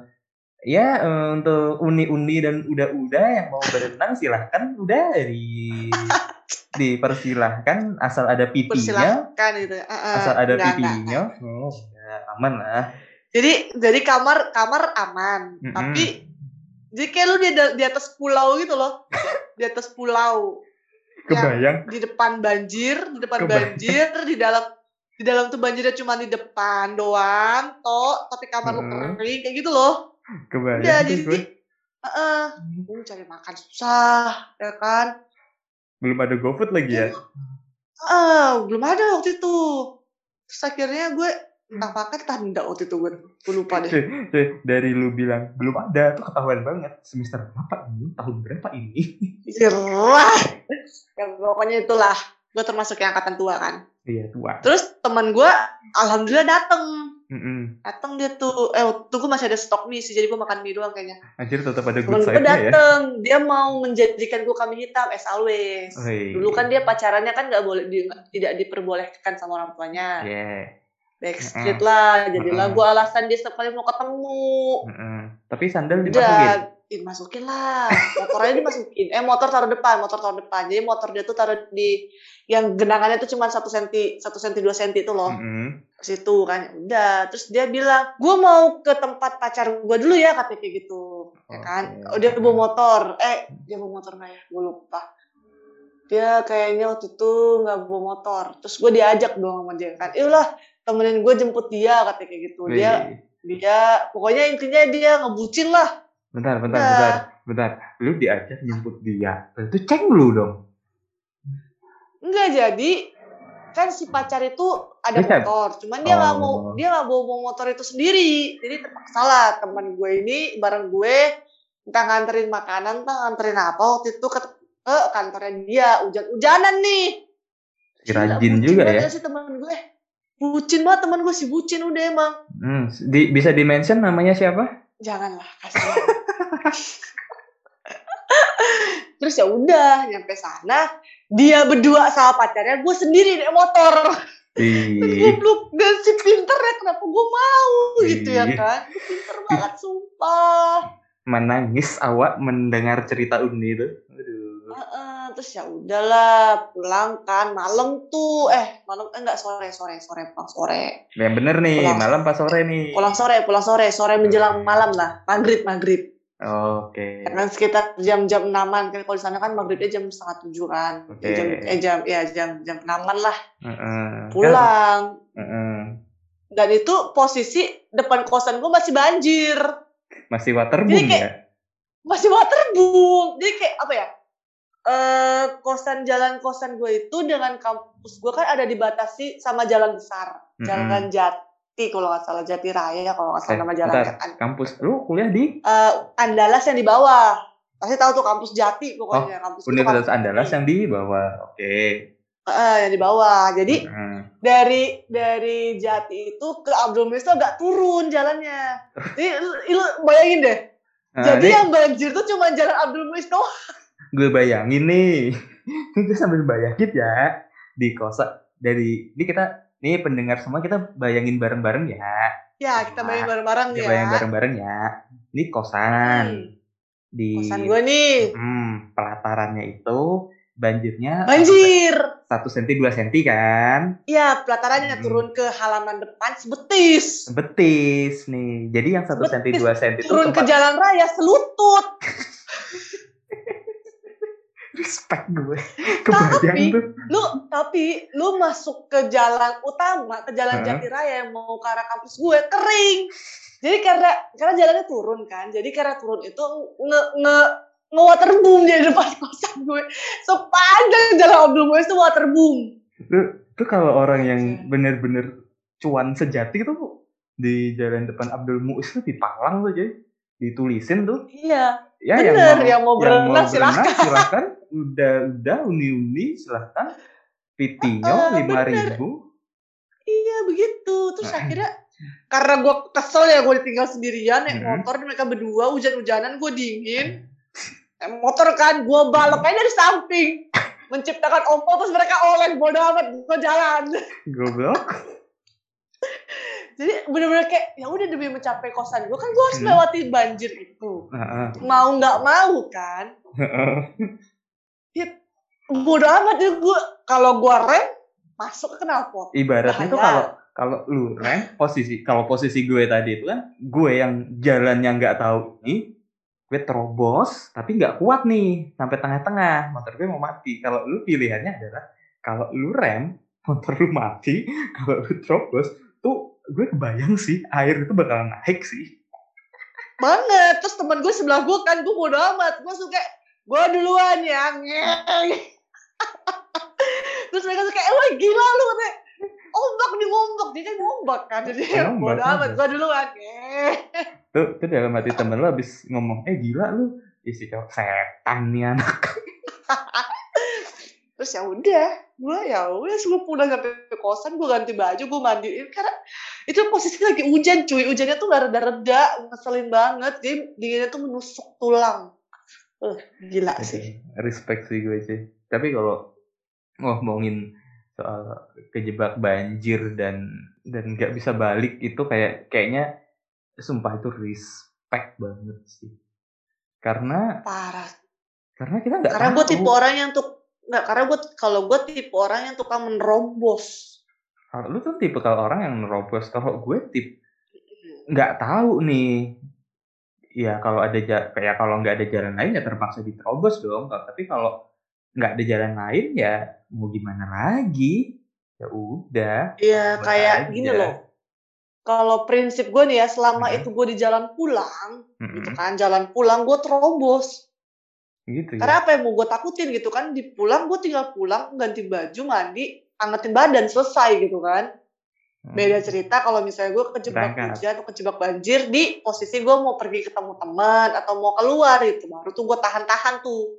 Untuk uni-uni dan uda-uda yang mau berenang silahkan, udah dipersilahkan asal ada pipinya.
Persilahkan gitu.
Asal ada pipinya. Ya, aman lah.
Jadi kamar aman. Tapi jadi kayak lu di atas pulau gitu loh. Di atas pulau.
Kebayang.
Di depan banjir, banjir, di dalam tuh banjirnya cuma di depan doang, tapi kamar lu kering kayak gitu loh.
Kebayang.
Udah, jadi gue cari makan susah, ya kan?
Belum ada GoFood lagi ya?
Belum ada waktu itu. Terus akhirnya gue entah makan entah enggak waktu itu gue lupa deh.
Dari lu bilang belum ada tuh ketahuan banget semester berapa ini, tahun berapa ini.
Ya pokoknya itulah, gue termasuk yang angkatan tua kan.
Iya, tua.
Terus teman gue alhamdulillah dateng. Dateng dia tuh, gue masih ada stok mie sih, jadi gue makan mie doang kayaknya.
Anjir, tetap ada
good side-nya ya. Temen gue dateng, dia mau menjadikan gue kambing hitam as always. Dulu kan dia pacarannya kan tidak diperbolehkan sama orang tuanya. Backstreet lah, jadilah gue alasan dia setiap kali mau ketemu.
Tapi sandal dimasukin?
Dimasukin lah, motornya dimasukin. Motor taruh depan. Jadi motor dia tuh taruh di yang genangannya tuh cuma 1 cm 2 cm itu loh. Situ kan, udah. Terus dia bilang, gue mau ke tempat pacar gue dulu ya, katanya kayak gitu. Ya kan? Dia bawa motor. Dia bawa motor nggak ya? Gue lupa. Dia kayaknya waktu itu nggak bawa motor. Terus gue diajak dong sama dia kan. Iyalah, temenin gue jemput dia, katanya kayak gitu. Dia pokoknya intinya dia ngebucin lah.
Bentar. Lu diajak jemput dia. Itu ceng lu dong.
Enggak, jadi kan si pacar itu ada motor, cuman dia nggak bawa motor itu sendiri. Jadi terpaksa lah teman gue ini bareng gue entah nganterin makanan, entah nganterin apa waktu itu ke kantornya dia, hujan-hujanan nih.
Rajin juga ya.
Si teman gue. Bucin banget teman gue, si bucin udah emang.
Bisa di-mention namanya siapa?
Janganlah, kasihan. Terus ya udah nyampe sana, dia berdua sama pacarnya, gue sendiri naik motor. Goblok, dan si pinter ya, kenapa gue mau gitu ya kan? Pinter banget sumpah.
Menangis awak mendengar cerita Uni itu.
Terus ya udahlah, pulang kan malam tuh, sore pulang sore.
Yang bener nih, malam pas sore nih.
Pulang sore menjelang malam lah, maghrib.
Oke.
Karena sekitar jam 6-an kan, kalau di sana kan maghribnya jam 6:30 kan. Jam 6-an lah. Pulang. Dan itu posisi depan kosan gue masih banjir.
Masih waterboom ya?
Masih waterboom. Jadi kayak apa ya? jalan kosan gue itu dengan kampus gue kan ada dibatasi sama jalan besar, jalan Jati kalau nggak salah, Jati Raya kalau nggak salah nama jalannya kan.
Kampus lu kuliah di?
Andalas yang di bawah, pasti tahu tuh kampus Jati pokoknya. Kampus
Universitas Andalas yang di bawah, oke.
Yang di bawah, jadi dari Jati itu ke Abdul Muiz itu agak turun jalannya. Jadi lu bayangin deh, jadi yang banjir tuh cuma jalan Abdul Muiz doang.
Gue bayangin nih, gue sambil bayangin ya di kosan dari ini kita nih pendengar semua kita bayangin bareng-bareng ya.
Ya kita bayangin bareng-bareng ya.
Bayangin bareng-bareng ya. Ini kosan di
kosan gue nih.
Pelatarannya itu banjirnya
banjir
1 cm 2 cm kan?
Iya, pelatarannya turun ke halaman depan sebetis.
Sebetis nih. Jadi yang 1 cm 2 cm itu
turun ke jalan raya selutut.
Respect gue. Kebayang tuh.
Tapi lu masuk ke jalan utama, ke jalan Jati Raya yang mau ke arah kampus gue kering. Jadi karena jalannya turun kan. Jadi karena turun itu nge-waterboom di depan kosan gue. Sepanjang jalan Abdul Muiz itu waterboom.
Itu kalau orang yang bener-bener cuan sejati tuh di jalan depan Abdul Muiz tuh dipalang tuh jadi ditulisin tuh.
Iya.
Ya,
bener, yang mau berenang silahkan.
Udah uni silahkan. PT-nya 5.000.
Iya begitu. Terus akhirnya karena gue kesel ya, gue ditinggal sendirian naik motor, mereka berdua hujan-hujanan, gue dingin. Motor kan gue balok aja dari samping, menciptakan ompol, terus mereka oleng, bodo amat, gue jalan.
Goblok.
Jadi bener-bener kayak ya udah demi mencapai kosan gue kan gue harus melewati banjir itu. Mau nggak mau kan. Ya, bodo amat ya gue. Kalau gue rem masuk ke knalpot.
Ibaratnya tuh kalau lu rem posisi gue tadi itu kan gue yang jalannya nggak tahu ini, gue terobos tapi nggak kuat nih sampai tengah-tengah, motor gue mau mati. Kalau lu pilihannya adalah kalau lu rem motor lu mati, kalau lu terobos tuh gue kebayang sih air itu bakal naik sih
banget. Terus teman gue sebelah gue kan, gue bodo amat, gue suka gue duluan ya. Terus mereka suka wah gila lu katanya, ombak nih ngombak, dia kan ngombak kan, jadi bodo amat, gue duluan.
Tuh dalam hati temen lu abis ngomong gila lu isi cowok setan nih anak.
Terus gue pulang sampai kosan, gue ganti baju, gue mandiin karena itu posisi lagi hujan cuy, hujannya tuh gak reda-reda, ngeselin banget, jadi dinginnya tuh menusuk tulang. Gila sih.
Respect sih gue sih. Tapi kalau ngomongin soal kejebak banjir dan nggak bisa balik itu kayaknya sumpah itu respect banget sih. Karena
parah.
Karena kita nggak.
Karena gue tipe orang yang kalau gue tipe orang yang tukang menerobos.
Kalau lu tuh tipe orang yang menerobos. Kalau gue tipe nggak tahu nih. Ya kalau nggak ada jalan lain ya terpaksa diterobos dong. Tapi kalau nggak ada jalan lain ya mau gimana lagi? Ya udah.
Iya kayak gini loh. Kalau prinsip gue nih ya, selama itu gue di jalan pulang, gitu kan, jalan pulang gue terobos.
Gitu,
karena apa yang mau gue takutin gitu kan, di pulang gue tinggal pulang, ganti baju, mandi, angetin badan, selesai gitu kan. Beda cerita kalau misalnya gue kejebak hujan atau kejebak banjir di posisi gue mau pergi ketemu teman atau mau keluar gitu, baru tuh gue tahan-tahan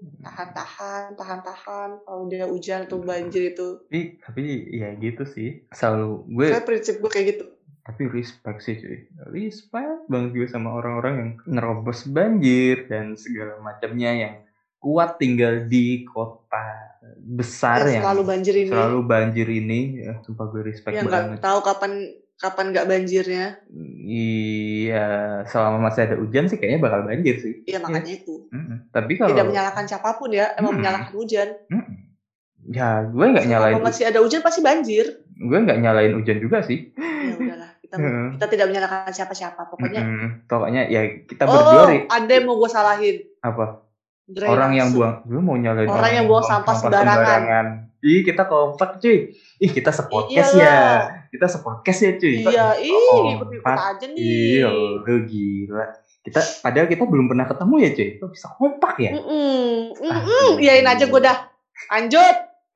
kalau dia hujan atau banjir itu.
Tapi ya gitu sih, selalu gue.
Saya prinsip gue kayak gitu.
Tapi respect sih cuy, respect banget gue sama orang-orang yang nerobos banjir dan segala macamnya, yang kuat tinggal di kota besar yang selalu banjir ini ya, sumpah gue respect banget.
Yang nggak tahu kapan nggak banjirnya.
Iya, selama masih ada hujan sih kayaknya bakal banjir sih.
Iya makanya itu.
Tapi kalau
tidak menyalahkan siapapun ya, emang menyalahkan hujan.
Ya gue nggak nyalain.
Kalau masih ada hujan pasti banjir.
Gue nggak nyalain hujan juga sih.
Ya udahlah, kita tidak menyalahkan siapa-siapa.
Pokoknya ya kita berdua.
Ada yang mau gue salahin.
Apa? Drainase. Orang yang buang, gue mau nyalain
orang yang buang sampah sembarangan.
Ih kita kompak cuy. Ih kita sepodcast ya. Kita sepodcast ya cuy.
Iya, ikut aja nih.
Iya, lu gila. Padahal kita belum pernah ketemu ya cuy. Kok bisa kompak ya?
Iyain aja gue dah. Lanjut.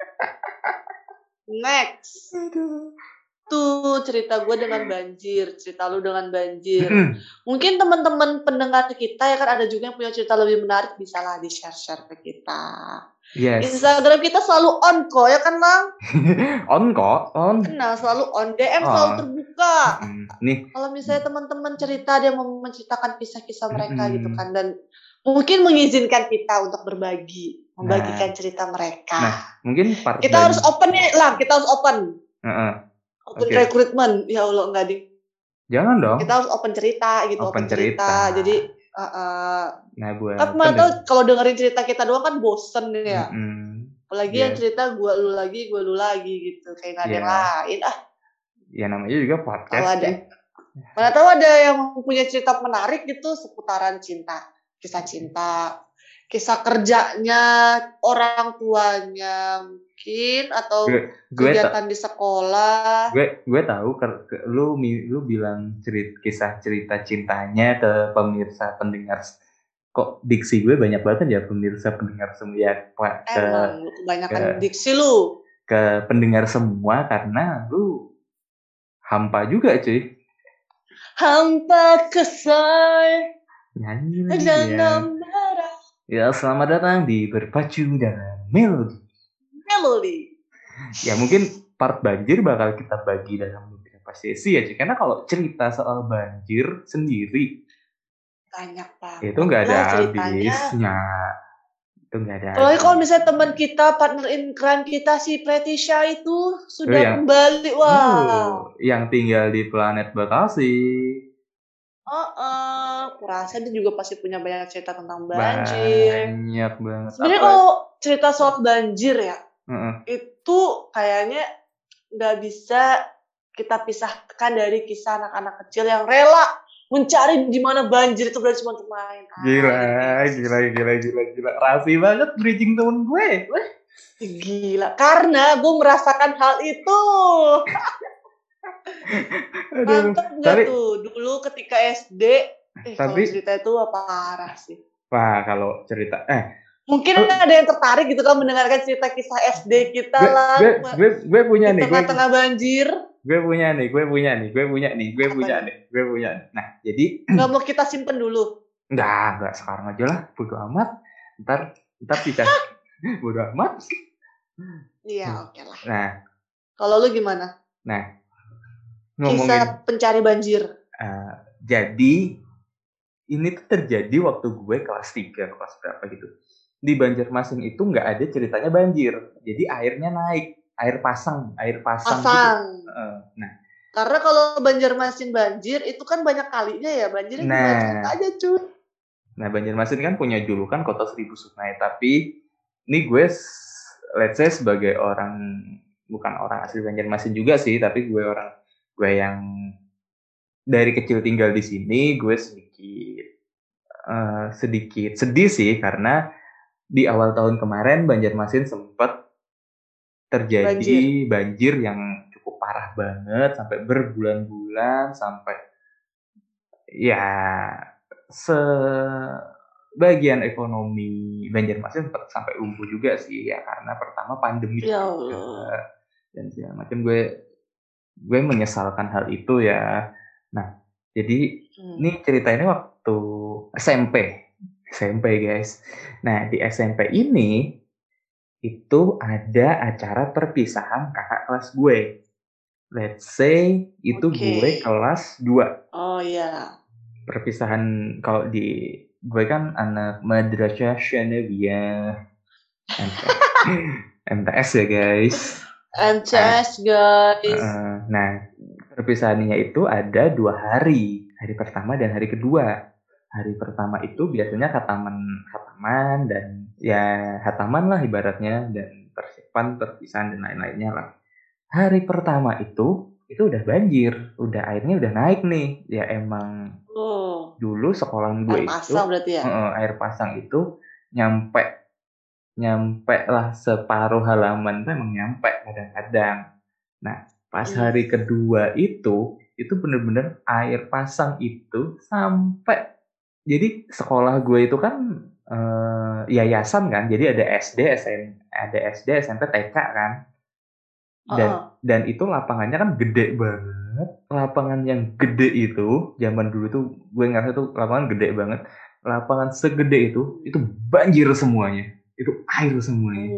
Next. Tuh cerita gue dengan banjir, cerita lu dengan banjir. Mungkin teman-teman pendengar kita ya kan ada juga yang punya cerita lebih menarik, bisa lah di share ke kita. Yes. Instagram kita selalu on kok ya kan Lang?
On kok, on.
Nah, selalu on, DM selalu terbuka.
Nih.
Kalau misalnya teman-teman cerita dia mau menceritakan kisah-kisah mereka gitu kan, dan mungkin mengizinkan kita untuk membagikan cerita mereka.
Nah, mungkin
kita harus open nih Lang, kita harus open. Open rekrutmen, ya Allah enggak ding.
Jangan dong.
Kita harus open cerita gitu, open cerita. Jadi
nah gue.
Tapi tahu kalau dengerin cerita kita doang kan bosen ya. Apalagi yang cerita gue lu lagi gitu, kayak nggak ada yang lain
Ya namanya juga podcast.
Kalau ada, mana tahu ada yang punya cerita menarik gitu seputaran cinta, kisah kerjanya, orang tuanya mungkin, atau kegiatan di sekolah.
Gue tahu lu bilang kisah cerita cintanya ke pemirsa pendengar. Kok diksi gue banyak banget ya pemirsa pendengar semua ya Pak.
Emang lu kebanyakan diksi lu.
Ke pendengar semua karena lu hampa juga cuy.
Hampa kesal.
Nyanyi lagi ya. Ya, selamat datang di Berpacu dalam Melodi. Ya mungkin part banjir bakal kita bagi dalam beberapa sesi aja. Karena kalau cerita soal banjir sendiri
banyak banget.
Itu nggak ada habisnya. Itu nggak ada.
Apalagi kalau misalnya teman kita, partner in crime kita si Pretisha itu sudah kembali. Wow.
Yang tinggal di planet Bekasi.
Kurasa dia juga pasti punya banyak cerita tentang banjir.
Banyak banget.
Sebenarnya kalau cerita soal banjir ya, itu kayaknya nggak bisa kita pisahkan dari kisah anak-anak kecil yang rela mencari di mana banjir itu berarti cuma untuk main.
Gila. Rapi banget bridging temen gue.
Gila, karena gue merasakan hal itu. Mantap gak tuh dulu ketika SD. Kalau cerita itu parah sih.
Wah, kalau cerita
mungkin ada yang tertarik gitu kan mendengarkan cerita kisah SD kita lah.
Gue punya nih.
Di tengah-tengah banjir.
Gue punya nih. Nah, jadi
nggak mau kita simpen dulu.
Enggak sekarang aja lah. Bodo amat. Ntar kita bodo amat.
Iya, oke lah.
Nah,
kalau lu gimana?
Nah,
kisah pencari banjir.
Jadi ini tuh terjadi waktu gue kelas 3, kelas berapa gitu. Di Banjarmasin itu nggak ada ceritanya banjir. Jadi airnya naik, air pasang gitu. Nah,
karena kalau Banjarmasin banjir itu kan banyak kalinya ya, banjirnya gimana aja cuy.
Nah, Banjarmasin kan punya julukan kota 1000 sungai, tapi ini gue let's say sebagai orang, bukan orang asli Banjarmasin juga sih, tapi gue yang dari kecil tinggal di sini, gue sedikit sedih sih karena di awal tahun kemarin Banjarmasin sempat terjadi banjir yang cukup parah banget sampai berbulan-bulan, sampai ya sebagian ekonomi Banjarmasin sempat sampai lumpuh juga sih ya, karena pertama pandemi juga dan segala macam. Gue menyesalkan hal itu ya. Nah, jadi ini cerita ini waktu SMP guys. Nah, di SMP ini itu ada acara perpisahan kakak kelas gue. Let's say itu gue kelas 2.
Oh iya.
Perpisahan kalau di gue kan anak madrasah Syanawiyah. MTS ya guys.
MTS guys.
Nah, perpisahannya itu ada 2 hari. Hari pertama dan hari kedua. Hari pertama itu biasanya khataman dan ya khataman lah ibaratnya, dan persiapan perpisahan dan lain-lainnya lah. Hari pertama itu udah banjir, airnya udah naik nih. Ya emang dulu sekolahan gue air pasang itu nyampe lah separuh halaman tuh emang nyampe kadang-kadang. Nah, pas hari kedua itu bener-bener air pasang itu sampai Jadi sekolah gue itu kan yayasan kan, jadi ada SD, SMP, TK kan. Dan itu lapangannya kan gede banget. Lapangan yang gede itu, zaman dulu tuh gue ngerasa tuh lapangan gede banget. Lapangan segede itu banjir semuanya. Itu air semuanya.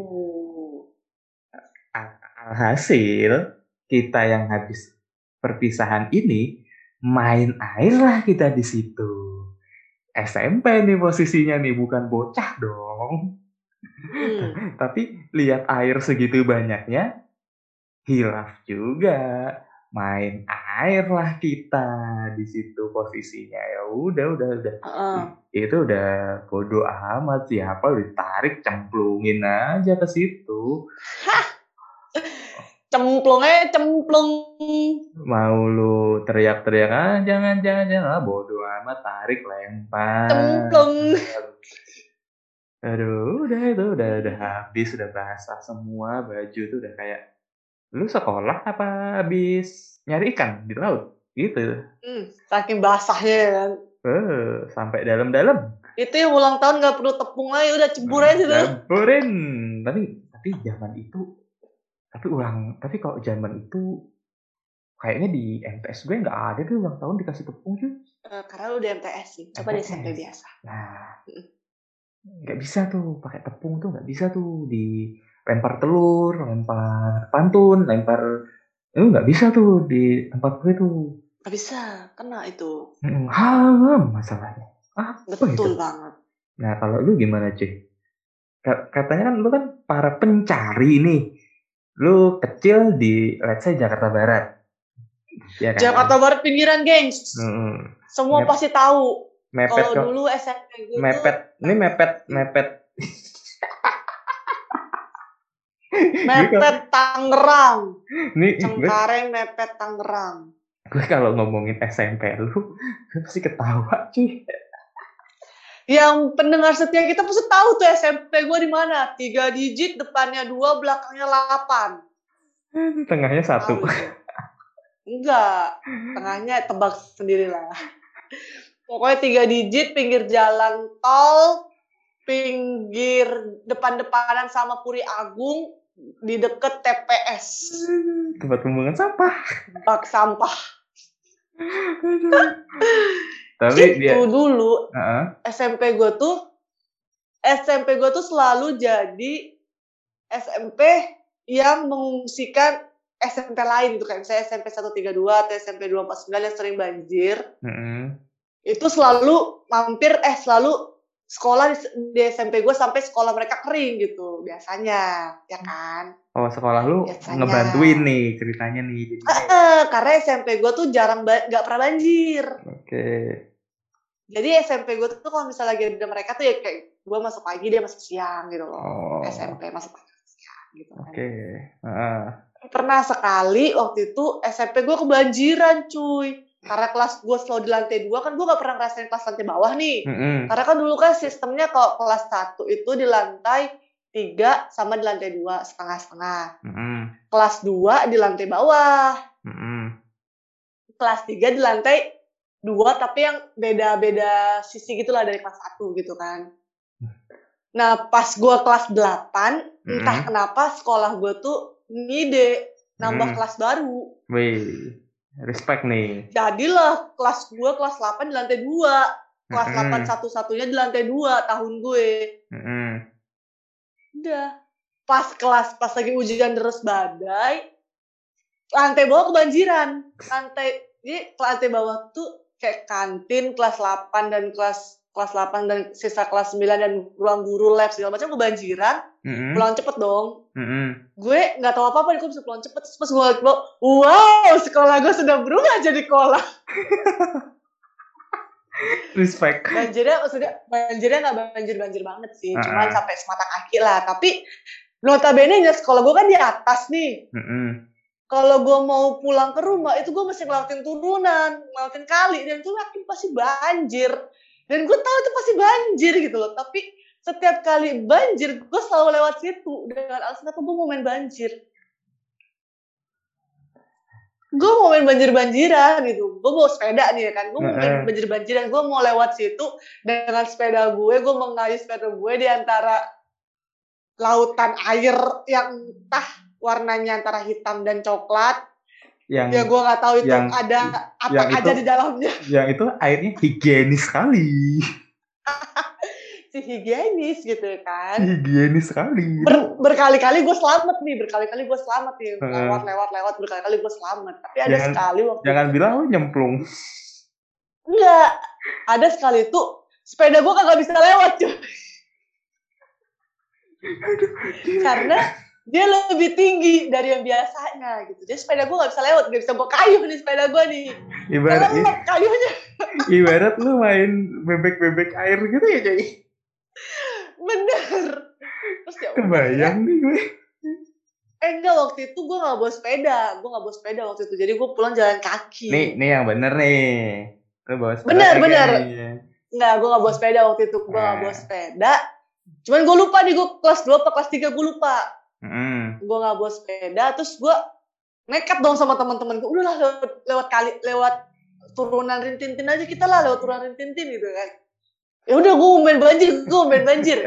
Alhasil kita yang habis perpisahan ini main air lah kita di situ. SMP nih posisinya nih, bukan bocah dong. Tapi lihat air segitu banyaknya, hilaf juga. Main air lah kita di situ posisinya. Ya udah. Itu udah bodo amat, siapa ditarik cemplungin aja ke situ.
Cemplung.
Mau lu teriak-teriak, jangan lah, bodo amat, tarik, lempar.
Cemplung.
Aduh, udah habis, udah basah semua, baju tuh udah kayak, lu sekolah apa habis nyari ikan di laut? Gitu.
Saking basahnya kan.
Sampai dalam-dalam.
Itu yang ulang tahun gak perlu tepung lagi, udah cebur aja tuh.
Ceburin. Tapi zaman itu, tapi kalau zaman itu kayaknya di MTS gue nggak ada tuh ulang tahun dikasih tepung cuy.
Karena lu di MTS sih, coba di SMP biasa.
Nah, nggak bisa tuh pakai tepung tuh, nggak bisa tuh di lempar telur, lempar pantun, nggak bisa tuh di tempat gue tuh.
Nggak bisa, kena itu.
Masalahnya.
Betul banget.
Nah kalau lu gimana cuy? Katanya kan lu kan para pencari nih. Lu kecil di let's say Jakarta Barat.
Ya kan? Jakarta Barat pinggiran, gengs. Semua pasti tahu.
Mepet
kalau dulu SMP gue
mepet. Ini mepet.
Mepet Tangerang. Cengkareng mepet Tangerang.
Gue kalau ngomongin SMP lu pasti ketawa cuy.
Yang pendengar setia kita pasti tahu tuh SMP gue di mana. 3 digit, depannya 2, belakangnya 8.
Tengahnya 1.
Enggak, tengahnya tebak sendirilah. Pokoknya 3 digit, pinggir jalan tol, pinggir depan-depanan sama Puri Agung, di deket TPS.
Tempat pembuangan sampah.
Bak sampah.
Tapi dia
dulu SMP gue tuh selalu jadi SMP yang mengungsikan SMP lain gitu, kayak misalnya SMP 132 atau SMP 249 yang sering banjir. Itu selalu selalu sekolah di SMP gue sampai sekolah mereka kering gitu biasanya, ya kan?
Oh, sekolah lu biasanya ngebantuin nih ceritanya nih.
Karena SMP gue tuh jarang gak pernah banjir.
Oke.
Jadi SMP gue tuh kalau misalnya lagi ada mereka tuh ya kayak gue masuk pagi, dia masuk siang gitu loh. SMP masuk pagi siang gitu kan.
Oke.
Pernah sekali waktu itu SMP gue kebanjiran cuy. Karena kelas gue selalu di lantai 2 kan, gue gak pernah ngerasain kelas lantai bawah nih. Karena kan dulu kan sistemnya kalau kelas 1 itu di lantai 3 sama di lantai 2 setengah-setengah. Kelas 2 di lantai bawah. Kelas 3 di lantai 2 tapi yang beda-beda sisi gitulah dari kelas 1 gitu kan. Nah pas gue kelas 8, entah kenapa sekolah gue tuh ngide nambah kelas baru.
Wih, respect nih.
Jadilah kelas 8 di lantai 2. Kelas 8 satu-satunya di lantai 2 tahun gue. Udah. Pas lagi ujian deres badai, lantai bawah kebanjiran. Jadi lantai bawah tuh kayak kantin kelas 8 dan kelas 8 dan sisa kelas 9 dan ruang guru, lab segala macam kebanjiran. Pulang cepet dong. Gue nggak tahu apa-apa, gue bisa pulang cepet. Terus pas gue liat, wow, sekolah gue sudah berubah jadi kolam.
Respect.
Banjirnya nggak banjir banget sih, cuman sampai semata kaki lah. Tapi notabene sekolah gue kan di atas nih. Kalau gue mau pulang ke rumah itu gue mesti ngelewatin turunan, ngelewatin kali, dan itu yakin pasti banjir. Dan gue tahu itu pasti banjir gitu loh. Tapi setiap kali banjir gue selalu lewat situ dengan alasan apa, gue mau main banjir. gue mau main banjir-banjiran gitu. Gue mau sepeda nih ya kan. Gue mau main banjir-banjiran. Gue mau lewat situ dengan sepeda gue. Gue mengayuh sepeda gue di antara lautan air yang entah warnanya antara hitam dan coklat. Ya gue nggak tahu itu ada apa aja di dalamnya.
Yang itu airnya higienis sekali.
Si higienis gitu kan.
Higienis sekali.
Berkali-kali gue selamat nih. Lewat. Berkali-kali gue selamat. Tapi ada sekali waktu
jangan bilang lu nyemplung.
Enggak. Ada sekali itu sepeda gue kagak bisa lewat cuy. Karena dia lebih tinggi dari yang biasanya gitu. Jadi sepeda gue gak bisa lewat, gak bisa gue kayuh nih sepeda gue nih. Kayuhnya.
Ibarat lu main bebek-bebek air gitu ya cuy.
Bener. Terus ya
kebayang nih gue.
Enggak, waktu itu gue gak bawa sepeda. Waktu itu. Jadi gue pulang jalan kaki.
Nih yang bener nih. Lu bawa
sepeda. Bener. Enggak, gue gak bawa sepeda waktu itu. Gue gak bawa sepeda. Cuman gue lupa nih, gue kelas 2 apa kelas 3 gue lupa. Gue gak bawa sepeda, terus gue nekat dong sama teman-teman gue. Udahlah lewat turunan Rintintin aja kita lah, lewat turunan Rintintin gitu kan. Ya udah gue main banjir.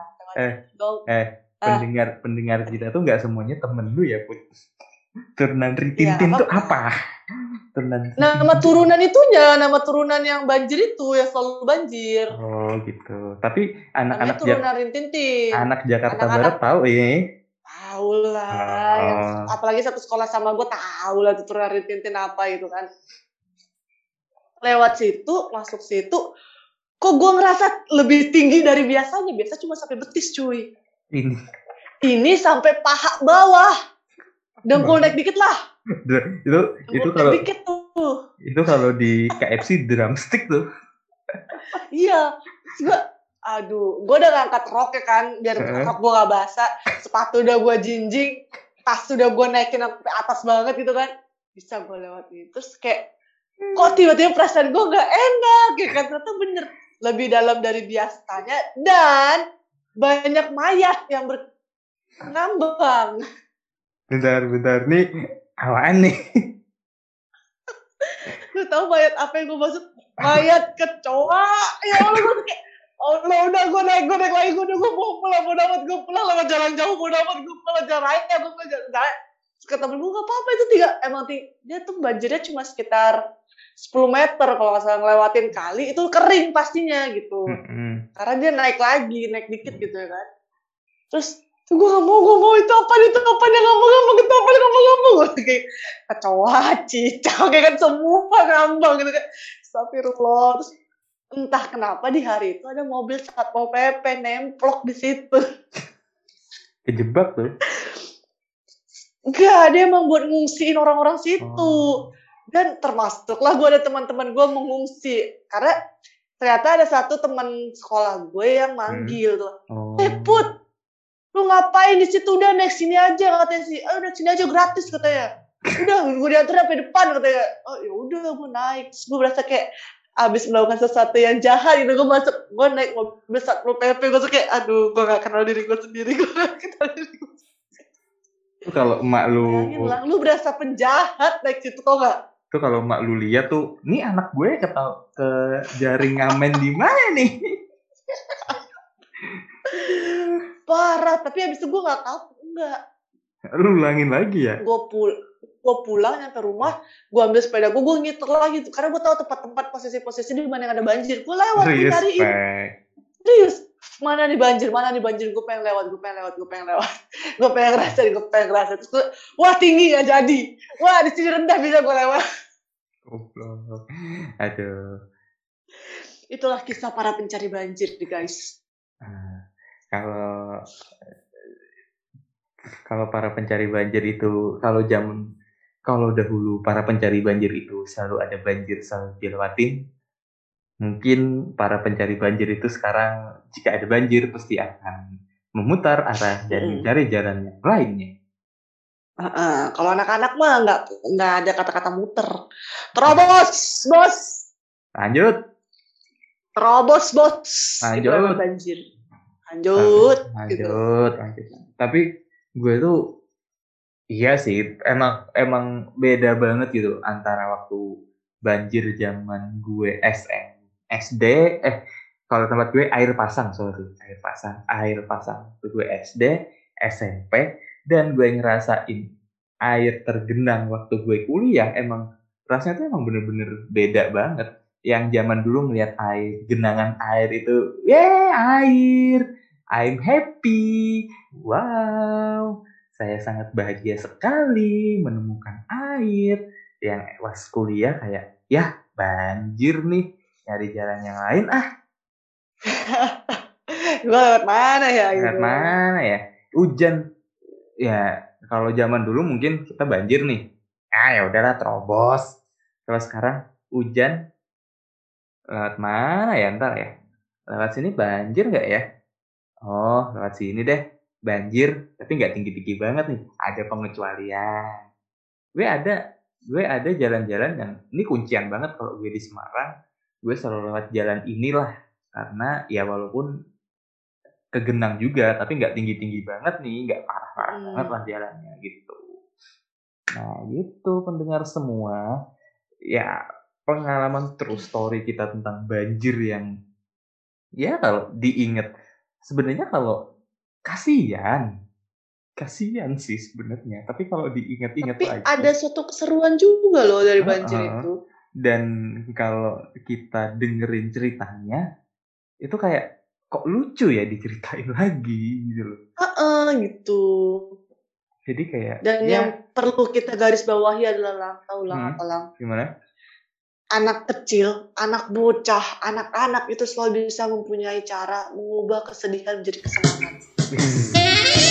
Pendengar kita tuh nggak semuanya temen lu ya Put. Turunan Rintintin tuh apa?
Nama turunan yang banjir itu yang selalu banjir.
Oh gitu. Tapi anak-anak
turunan Rintintin.
Anak Jakarta Barat tahu ya.
Tahu lah. Apalagi satu sekolah sama gue tahu lah turunan Rintintin apa itu kan. Lewat situ, masuk situ, kok gue ngerasa lebih tinggi dari biasanya. Biasa cuma sampai betis cuy. Ini sampai paha bawah. Dengkul naik dikit lah.
Itu kalau di KFC drumstick tuh.
Iya. Gue udah ngangkat rok ya kan, biar rok gue gak basah. Sepatu udah gue jinjing, tas udah gue naikin sampai atas banget gitu kan. Bisa gue lewatin. Terus kayak, kok tiba-tiba perasaan gue gak enak ya kan. Ternyata bener, lebih dalam dari biasanya. Dan banyak mayat yang ngambang.
Bentar, nih apaan nih?
Lu tau mayat apa yang gue maksud? Mayat kecoa. Ya Allah, gue kayak, udah gue naik lagi, gue mau pulang, lewat jalan jauh, gue pulang jalan raya, kata temen gue gak apa-apa itu emang dia tuh banjirnya cuma sekitar 10 meter kalau nggak salah ngelewatin kali, itu kering pastinya gitu. Karena dia naik dikit gitu ya kan. Terus gue gak mau itu apa ngomong kayak kecoa, cicak kayak kan semua ngambang gitu kan. Astagfirullah. Terus entah kenapa di hari itu ada mobil Satpol PP nemplok di situ.
Kejebak tuh.
Enggak, dia emang buat ngungsiin orang-orang situ. Dan termasuklah gue ada teman-teman gue mengungsi. Karena ternyata ada satu teman sekolah gue yang manggil tuh. Put, lu ngapain di situ? Udah naik sini aja katanya sih. Naik sini aja gratis katanya. Udah, gue diantar sampai depan katanya. Oh ya udah, gue naik. Terus gue berasa kayak abis melakukan sesuatu yang jahat gitu. Gue naik mobil Satpol PP. Gue tuh kayak, aduh, gue gak kenal diri gue sendiri.
Kalau emak
lu berasa penjahat naik situ, tau gak?
Tuh kalau emak lu lihat tuh, nih anak gue ke jaring ngamen di mana nih?
Parah, tapi abis itu gue gak tahu, enggak.
Lu ulangin lagi ya?
Gue pulang nyampe rumah, gue ambil sepeda gue ngiter lagi tuh, karena gue tahu tempat-tempat posisi-posisi di mana yang ada banjir. Gue lewat, gue cariin. Serius, mana nih banjir, gue pengen lewat. Gue pengen ngerasain. Terus gue, wah tinggi gak jadi. Wah di sini rendah bisa gue lewat.
Aduh.
Itulah kisah para pencari banjir, guys.
Kalau para pencari banjir itu, kalau dahulu para pencari banjir itu selalu ada banjir selalu dilewatin, mungkin para pencari banjir itu sekarang jika ada banjir pasti akan memutar arah dan mencari jalan yang lainnya.
Kalau anak-anak mah nggak ada kata-kata muter. Terobos, bos.
Lanjut.
Terobos, bos.
Lanjut.
Banjir. Lanjut.
Tapi gue tuh Iya sih, emang beda banget gitu antara waktu banjir zaman gue SD, kalau tempat gue air pasang, sorry, air pasang. Waktu gue SD, SMP, dan gue ngerasain air tergenang waktu gue kuliah, emang rasanya tuh emang bener-bener beda banget. Yang zaman dulu ngeliat air, genangan air itu, air, I'm happy, wow. Saya sangat bahagia sekali menemukan air. Yang pas kuliah kayak, ya banjir nih, nyari jalan yang lain
Gue lewat mana ya
lewat
gitu.
mana ya? Hujan. Ya kalau zaman dulu mungkin kita banjir nih. Ya udahlah terobos. Kalau sekarang hujan, lewat mana ya ntar ya? Lewat sini banjir nggak ya? Oh, lewat sini deh. Banjir, tapi nggak tinggi-tinggi banget nih. Ada pengecualian. Gue ada gue ada jalan-jalan yang ini kuncian banget kalau gue di Semarang, gue selalu lewat jalan inilah. Karena ya walaupun kegenang juga, tapi nggak tinggi-tinggi banget nih, nggak parah-parah banget lah jalannya gitu. Nah gitu pendengar semua, ya pengalaman true story kita tentang banjir yang ya kalau diinget sebenarnya kalau kasihan sih sebenarnya, tapi kalau diinget-inget
Tapi
lagi
ada suatu keseruan juga loh dari banjir itu.
dan kalau kita dengerin ceritanya itu kayak kok lucu ya diceritain lagi gitu loh.
Gitu.
Jadi kayak
Dan yang perlu kita garis bawahi adalah lang.
Gimana?
Anak kecil, anak bocah, anak-anak itu selalu bisa mempunyai cara mengubah kesedihan menjadi kesenangan.